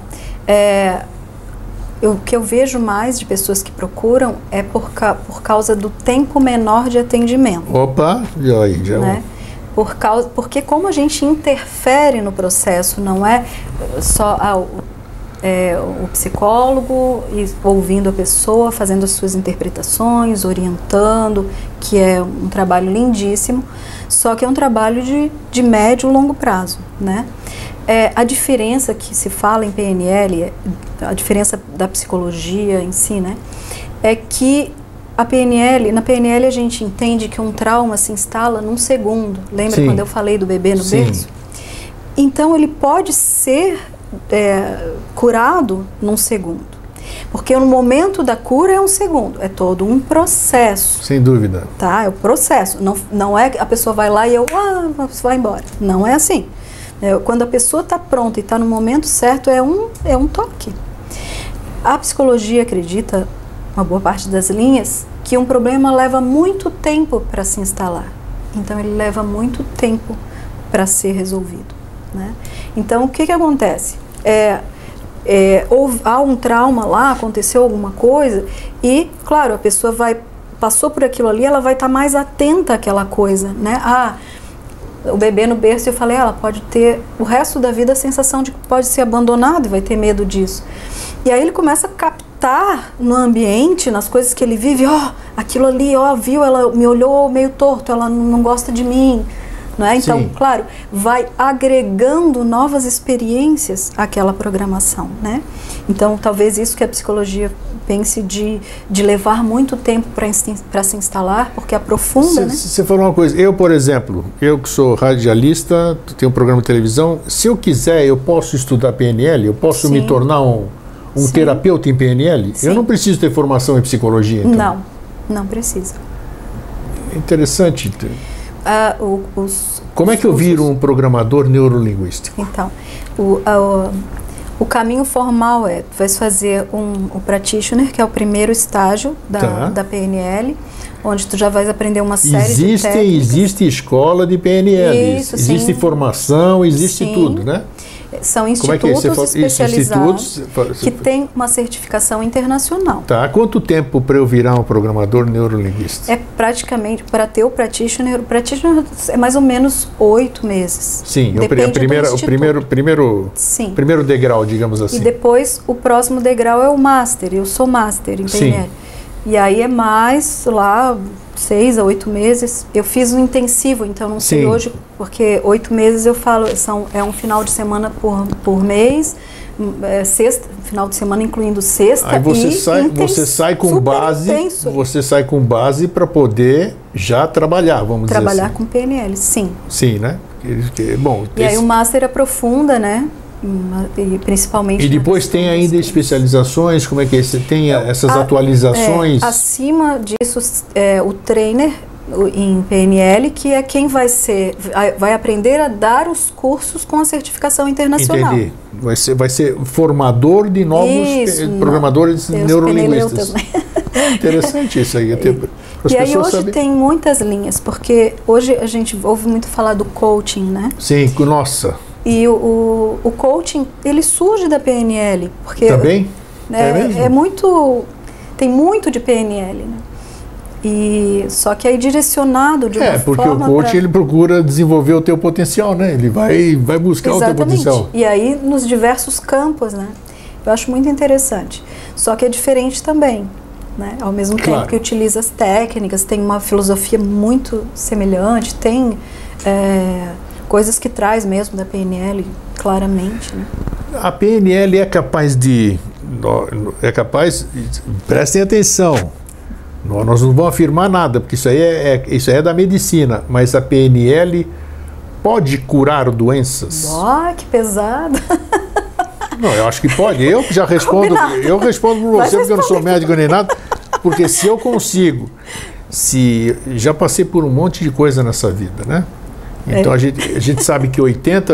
o que eu vejo mais de pessoas que procuram é por causa do tempo menor de atendimento. Opa, já né? Porque como a gente interfere no processo, não é só o psicólogo ouvindo a pessoa, fazendo as suas interpretações, orientando, que é um trabalho lindíssimo, só que é um trabalho de médio e longo prazo, né? A diferença que se fala em PNL, a diferença da psicologia em si, né, é que na PNL a gente entende que um trauma se instala num segundo. Lembra quando eu falei do bebê no berço? Então ele pode ser curado num segundo. Porque no momento da cura é um segundo, é todo um processo. Sem dúvida. Tá? É o processo. Não é que a pessoa vai lá e você vai embora. Não é assim. Quando a pessoa está pronta e está no momento certo, é um toque. A psicologia acredita, uma boa parte das linhas, que um problema leva muito tempo para se instalar. Então, ele leva muito tempo para ser resolvido, né? Então, o que acontece? Há um trauma lá, aconteceu alguma coisa e, claro, a pessoa passou por aquilo ali, ela vai estar mais atenta àquela coisa, né? O bebê no berço, eu falei, ela pode ter o resto da vida a sensação de que pode ser abandonado e vai ter medo disso. E aí ele começa a captar no ambiente, nas coisas que ele vive, aquilo ali, viu, ela me olhou meio torto, ela não gosta de mim, não é? Então, claro, vai agregando novas experiências àquela programação, né? Então, talvez isso que a psicologia pense de levar muito tempo para se instalar, porque aprofunda, né? Você falou uma coisa, eu, por exemplo, eu que sou radialista, tenho um programa de televisão, se eu quiser, eu posso estudar PNL, eu posso me tornar um terapeuta em PNL? Eu não preciso ter formação em psicologia, então? Não precisa. Interessante. Como é que eu viro um programador neurolinguístico? Então, o caminho formal vai fazer o practitioner, que é o primeiro estágio da PNL, onde tu já vais aprender uma série de técnicas. Existe escola de PNL, existe formação, existe tudo, né? São institutos especializados que têm uma certificação internacional. Tá. Há quanto tempo para eu virar um programador neurolinguista? É praticamente, para ter o practitioner é mais ou menos 8 meses. Sim, o primeiro degrau, digamos assim. E depois o próximo degrau é o master, eu sou master em PNL. E aí é mais lá 6 a 8 meses. Eu fiz um intensivo, então não sei hoje, porque 8 meses eu falo, é um final de semana por mês, sexta, final de semana incluindo sexta. Aí você sai com base para poder já trabalhar, vamos dizer assim. Trabalhar com PNL, sim. Sim, né? Bom, e aí o Master aprofunda, né? E principalmente... E depois tem ainda especializações, como é que é? Você tem essas atualizações? Acima disso, o trainer em PNL, que é quem vai aprender a dar os cursos com a certificação internacional. Entendi. Vai ser formador de novos programadores neurolinguistas. Interessante isso aí. E aí hoje tem muitas linhas, porque hoje a gente ouve muito falar do coaching, né? Sim, nossa. E o coaching, ele surge da PNL, porque também mesmo? Tem muito de PNL, né? E só que aí direcionado de uma forma... porque o coaching ele procura desenvolver o teu potencial, né? Ele vai buscar o teu potencial. E aí nos diversos campos, né? Eu acho muito interessante. Só que é diferente também, né? Ao mesmo tempo que utiliza as técnicas, tem uma filosofia muito semelhante, tem coisas que traz mesmo da PNL, claramente, né? A PNL é capaz, prestem atenção, nós não vamos afirmar nada, porque isso aí é da medicina, mas a PNL pode curar doenças? Que pesado! Não, eu acho que pode. Eu já respondo, eu respondo por você, porque eu não sou médico nem nada, porque se eu consigo, já passei por um monte de coisa nessa vida, né? Então a gente sabe que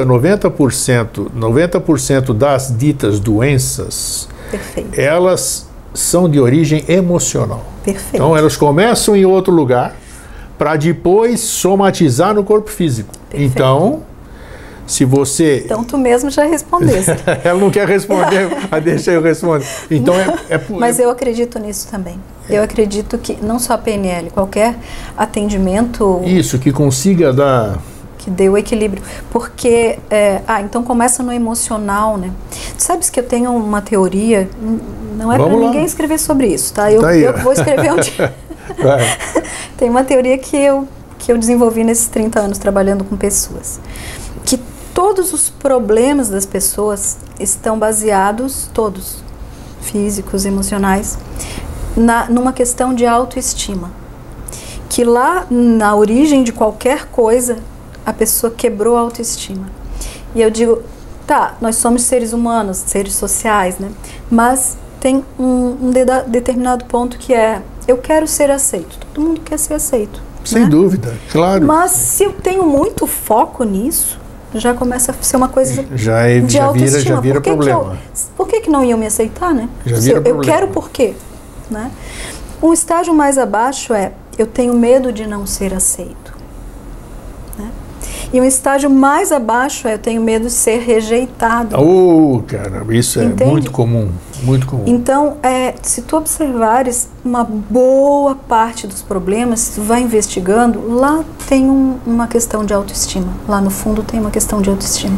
90% das ditas doenças, elas são de origem emocional. Perfeito. Então elas começam em outro lugar para depois somatizar no corpo físico. Perfeito. Então, se você... Então tu mesmo já respondeste. Ela não quer responder, mas deixa eu responder. Então Mas eu acredito nisso também. Eu acredito que não só a PNL, qualquer atendimento... Isso, que consiga dar... Que dê o equilíbrio. Porque, então começa no emocional, né? Tu sabes que eu tenho uma teoria, não é para ninguém escrever sobre isso, tá? Eu vou escrever um dia. Tem uma teoria que eu desenvolvi nesses 30 anos trabalhando com pessoas. Que todos os problemas das pessoas estão baseados, todos, físicos, emocionais, numa questão de autoestima. Que lá, na origem de qualquer coisa, a pessoa quebrou a autoestima. E eu digo, nós somos seres humanos, seres sociais, né? Mas tem um determinado ponto que eu quero ser aceito. Todo mundo quer ser aceito. Sem dúvida, claro. Mas se eu tenho muito foco nisso, já começa a ser uma coisa de autoestima. Já vira problema. Por que não iam me aceitar, né? Eu quero por quê? Né? Um estágio mais abaixo eu tenho medo de não ser aceito. Né? E um estágio mais abaixo eu tenho medo de ser rejeitado. Caramba, isso é muito comum, muito comum. Então, se tu observares uma boa parte dos problemas, se tu vai investigando, lá tem uma questão de autoestima. Lá no fundo tem uma questão de autoestima.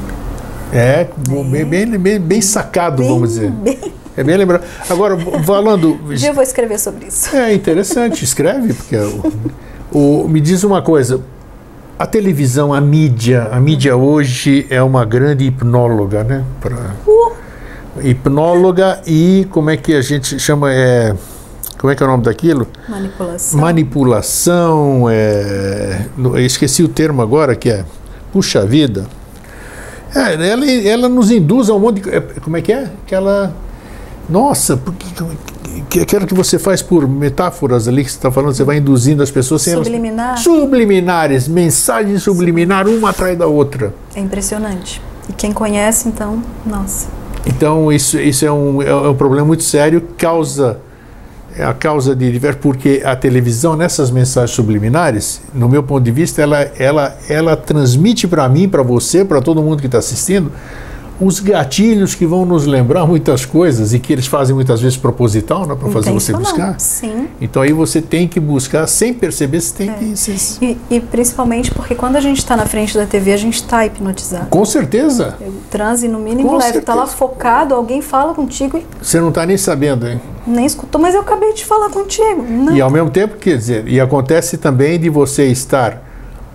Bem sacado, vamos dizer. É bem lembrado. Agora, falando... Um dia eu vou escrever sobre isso. É interessante, escreve, porque me diz uma coisa. A televisão, a mídia hoje é uma grande hipnóloga, né? Hipnóloga e como é que a gente chama? Como é que é o nome daquilo? Manipulação. Eu esqueci o termo agora, que puxa vida. Ela nos induz a um monte de... Como é que é? Nossa, aquilo que você faz por metáforas ali que você está falando, você vai induzindo as pessoas sem subliminares, mensagens subliminares uma atrás da outra. É impressionante. E quem conhece, então, nossa. Então isso é um problema muito sério, a causa de diversos, porque a televisão nessas mensagens subliminares, no meu ponto de vista, ela transmite para mim, para você, para todo mundo que está assistindo, os gatilhos que vão nos lembrar muitas coisas e que eles fazem muitas vezes proposital, né, para fazer você buscar. Sim. Então aí você tem que buscar sem perceber, você tem que... E principalmente porque quando a gente está na frente da TV, a gente está hipnotizado. Com certeza. O transe no mínimo leve, está lá focado, alguém fala contigo e... Você não está nem sabendo, hein? Nem escutou, mas eu acabei de falar contigo. Não. E ao mesmo tempo, quer dizer, e acontece também de você estar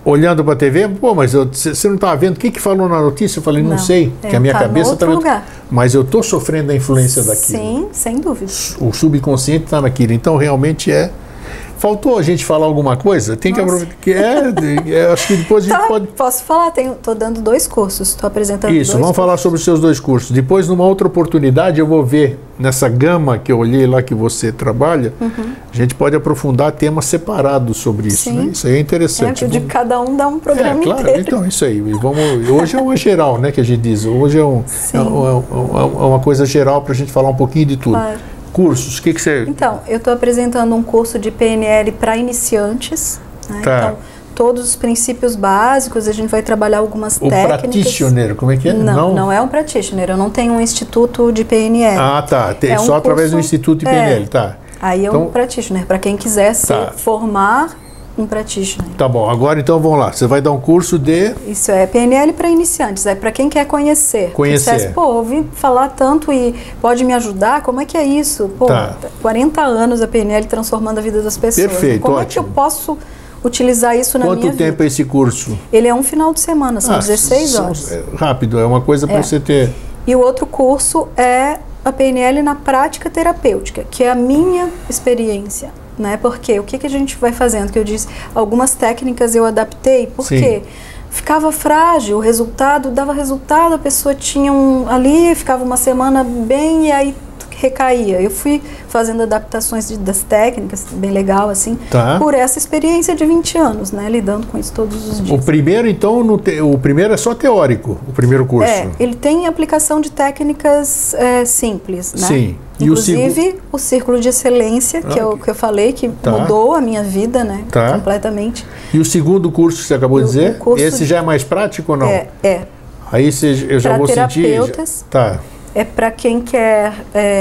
olhando para a TV, pô, mas você não estava vendo o que falou na notícia? Eu falei, não sei, que a minha cabeça está... Mas eu estou sofrendo a influência daquilo. Sim, sem dúvida. O subconsciente está naquilo. Então, realmente é... Faltou a gente falar alguma coisa? Tem que aproveitar. Acho que depois a gente pode... Posso falar? Estou dando 2 cursos. Estou apresentando Isso, vamos falar sobre os seus 2 cursos. Depois, numa outra oportunidade, eu vou ver nessa gama que eu olhei lá que você trabalha, a gente pode aprofundar temas separados sobre isso. Né? Isso aí é interessante. De cada um dá um programa claro, inteiro. Então, isso aí. Hoje é uma geral, né, que a gente diz. Hoje é uma coisa geral para a gente falar um pouquinho de tudo. Claro. Cursos, o que você... Então, eu estou apresentando um curso de PNL para iniciantes. Né? Tá. Então, todos os princípios básicos, a gente vai trabalhar algumas técnicas. O practitioner, como é que é? Não é um practitioner, eu não tenho um instituto de PNL. Ah, tá. Só através do instituto de PNL, tá. Aí é um practitioner, para quem quiser se formar um practitioner. Tá bom, agora então vamos lá. Você vai dar um curso de... Isso é PNL para iniciantes, é para quem quer conhecer. Você, pô, ouvi falar tanto e pode me ajudar? Como é que é isso? Pô, 40 anos a PNL transformando a vida das pessoas. Perfeito, Como é que eu posso utilizar isso na minha vida? Quanto tempo é esse curso? Ele é um final de semana, são 16 horas. Rápido, é uma coisa para você ter... E o outro curso é a PNL na prática terapêutica, que é a minha experiência. Né? Porque o que a gente vai fazendo? Que eu disse, algumas técnicas eu adaptei, porque ficava frágil, o resultado, dava resultado, a pessoa tinha ali, ficava uma semana bem e aí recaía. Eu fui fazendo adaptações das técnicas, bem legal assim, por essa experiência de 20 anos, né? Lidando com isso todos os dias. O primeiro, então, o primeiro é só teórico, o primeiro curso? Ele tem aplicação de técnicas simples, né? Sim. Inclusive o Círculo de Excelência, que é o que eu falei, que mudou a minha vida, né? Completamente. E o segundo curso que você acabou de dizer? Esse já é mais prático ou não? Aí eu já vou sentir... terapeutas. É para quem quer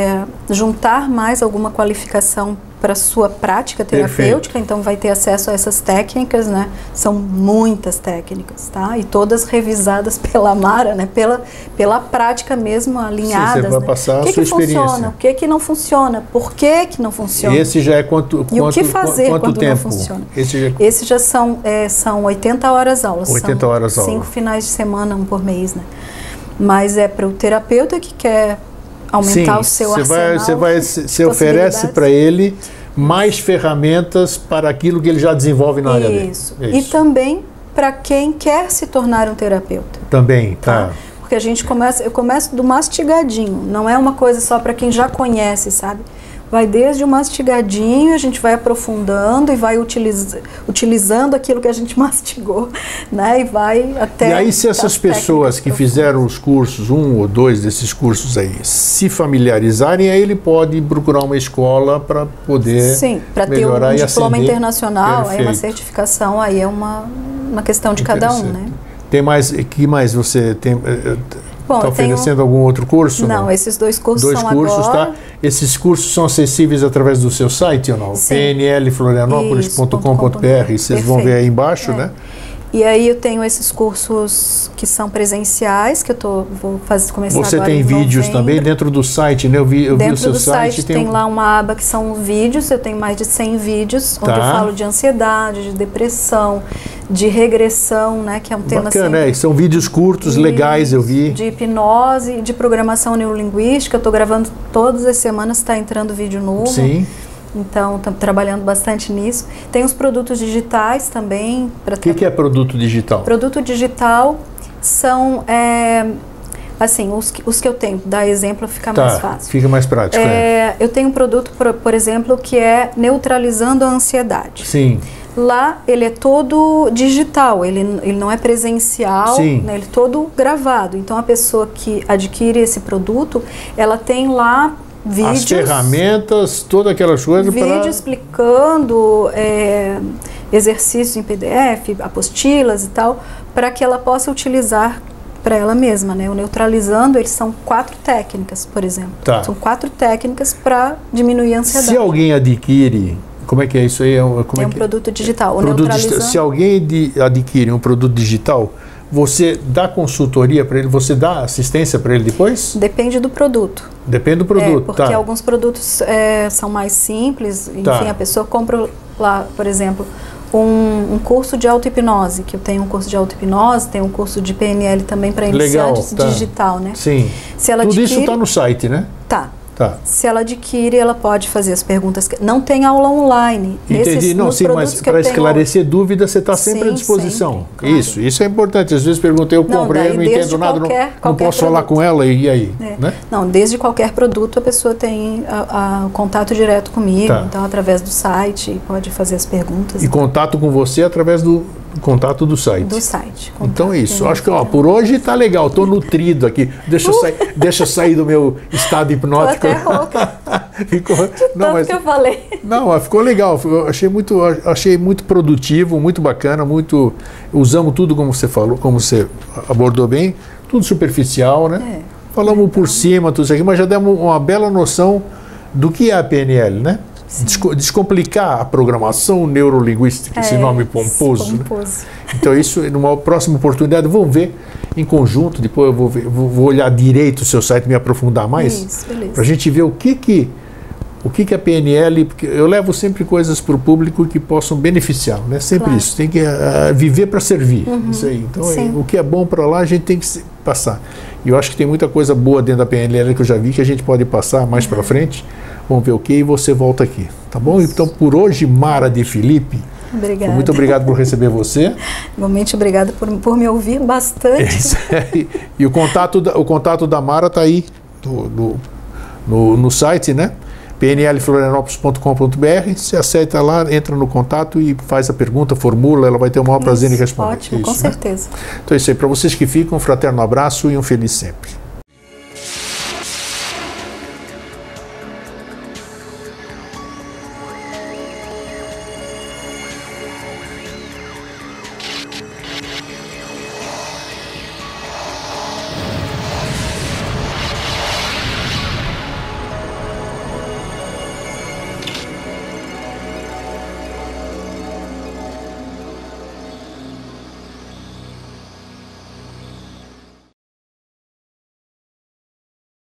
juntar mais alguma qualificação para sua prática terapêutica, então vai ter acesso a essas técnicas, né? São muitas técnicas, tá? E todas revisadas pela Mara, né? Pela prática mesmo, alinhadas. Você vai passar a sua experiência. Funciona, o que não funciona, por que não funciona. Esse já é quanto e o que fazer quando tempo? Não funciona. Esse já são 80 horas aulas. 80 horas aulas. 5 finais de semana, 1 por mês, né? Mas é para o terapeuta que quer aumentar o seu arsenal. Você oferece para ele mais ferramentas para aquilo que ele já desenvolve na área dele. Isso. E também para quem quer se tornar um terapeuta. Também, tá. Porque eu começo do mastigadinho, não é uma coisa só para quem já conhece, sabe? Vai desde o mastigadinho, a gente vai aprofundando e vai utilizando aquilo que a gente mastigou, né? E vai até... E aí, se essas pessoas que fizeram os cursos, 1 ou 2 desses cursos aí, se familiarizarem, aí ele pode procurar uma escola para poder para ter um diploma internacional, aí uma certificação, aí é uma questão de cada um, né? Tem mais, que mais você tem... Está oferecendo algum outro curso? Não, esses 2 cursos são agora. Tá? Esses cursos são acessíveis através do seu site ou não? pnlflorianopolis.com.br, vocês vão ver aí embaixo, né? E aí eu tenho esses cursos que são presenciais, que vou começar agora. Você tem vídeos também dentro do site, né? Eu vi o seu site. Tem lá uma aba que são vídeos, eu tenho mais de 100 vídeos, onde eu falo de ansiedade, de depressão, de regressão, né? Que é um tema bacana, são vídeos curtos, legais, eu vi. De hipnose, de programação neurolinguística, eu estou gravando todas as semanas, está entrando vídeo novo. Sim. Então, estamos trabalhando bastante nisso. Tem os produtos digitais também. O que é produto digital? Produto digital são, assim, os que eu tenho. Dar exemplo fica mais fácil. Fica mais prático. Eu tenho um produto, por exemplo, que é neutralizando a ansiedade. Sim. Lá ele é todo digital, ele não é presencial, né, ele é todo gravado. Então, a pessoa que adquire esse produto, ela tem lá vídeos, as ferramentas, todas aquelas coisas. Vídeo explicando exercícios em PDF, apostilas e tal, para que ela possa utilizar para ela mesma, né? O neutralizando, eles são 4 técnicas, por exemplo. São 4 técnicas para diminuir a ansiedade. Se alguém adquire, como é que é isso aí? Um produto digital. Se alguém adquire um produto digital, você dá consultoria para ele? Você dá assistência para ele depois? Depende do produto. Depende do produto, porque alguns produtos são mais simples. Enfim, a pessoa compra lá, por exemplo, um curso de auto-hipnose, que eu tenho um curso de auto-hipnose, tenho um curso de PNL também para iniciantes digital, né? Sim. Se ela Tudo isso está no site, né? Tá. Se ela adquire, ela pode fazer as perguntas. Não tem aula online. Entendi. Não, sim, mas para esclarecer dúvidas, você está sempre à disposição. Sempre, claro. Isso é importante. Às vezes perguntei, eu comprei, não entendo nada, não posso falar com ela, e aí? Né? Não, desde qualquer produto a pessoa tem o contato direto comigo, então através do site pode fazer as perguntas. E contato com você através do contato do site. Do site. Então é isso. Acho que por hoje está legal. Estou nutrido aqui. Deixa eu sair do meu estado hipnótico. Tô até rouca. Não, que eu falei. Não, mas ficou legal. Eu achei muito produtivo, muito bacana, muito. Usamos tudo como você falou, como você abordou bem, tudo superficial, né? Falamos por cima, tudo isso aqui, mas já demos uma bela noção do que é a PNL, né? Descomplicar a programação neurolinguística, esse nome pomposo. Né? Então isso, numa próxima oportunidade, vamos ver em conjunto, depois eu vou olhar direito o seu site, me aprofundar mais, para a gente ver o que a PNL, porque eu levo sempre coisas para o público que possam beneficiar, né? Sempre isso, tem que viver para servir, isso aí. Então o que é bom para lá a gente tem que passar. E eu acho que tem muita coisa boa dentro da PNL que eu já vi que a gente pode passar mais para frente. Vamos ver o que e você volta aqui, tá bom? Então, por hoje, Mara de Felipe. Obrigada. Muito obrigado por receber você. Igualmente, obrigada por me ouvir bastante. E o contato da Mara está aí no site, né? pnlflorianópolis.com.br. Você aceita lá, entra no contato e faz a pergunta, formula, ela vai ter o maior prazer em responder. Ótimo, com certeza. Então é isso aí. Para vocês que ficam, um fraterno abraço e um feliz sempre.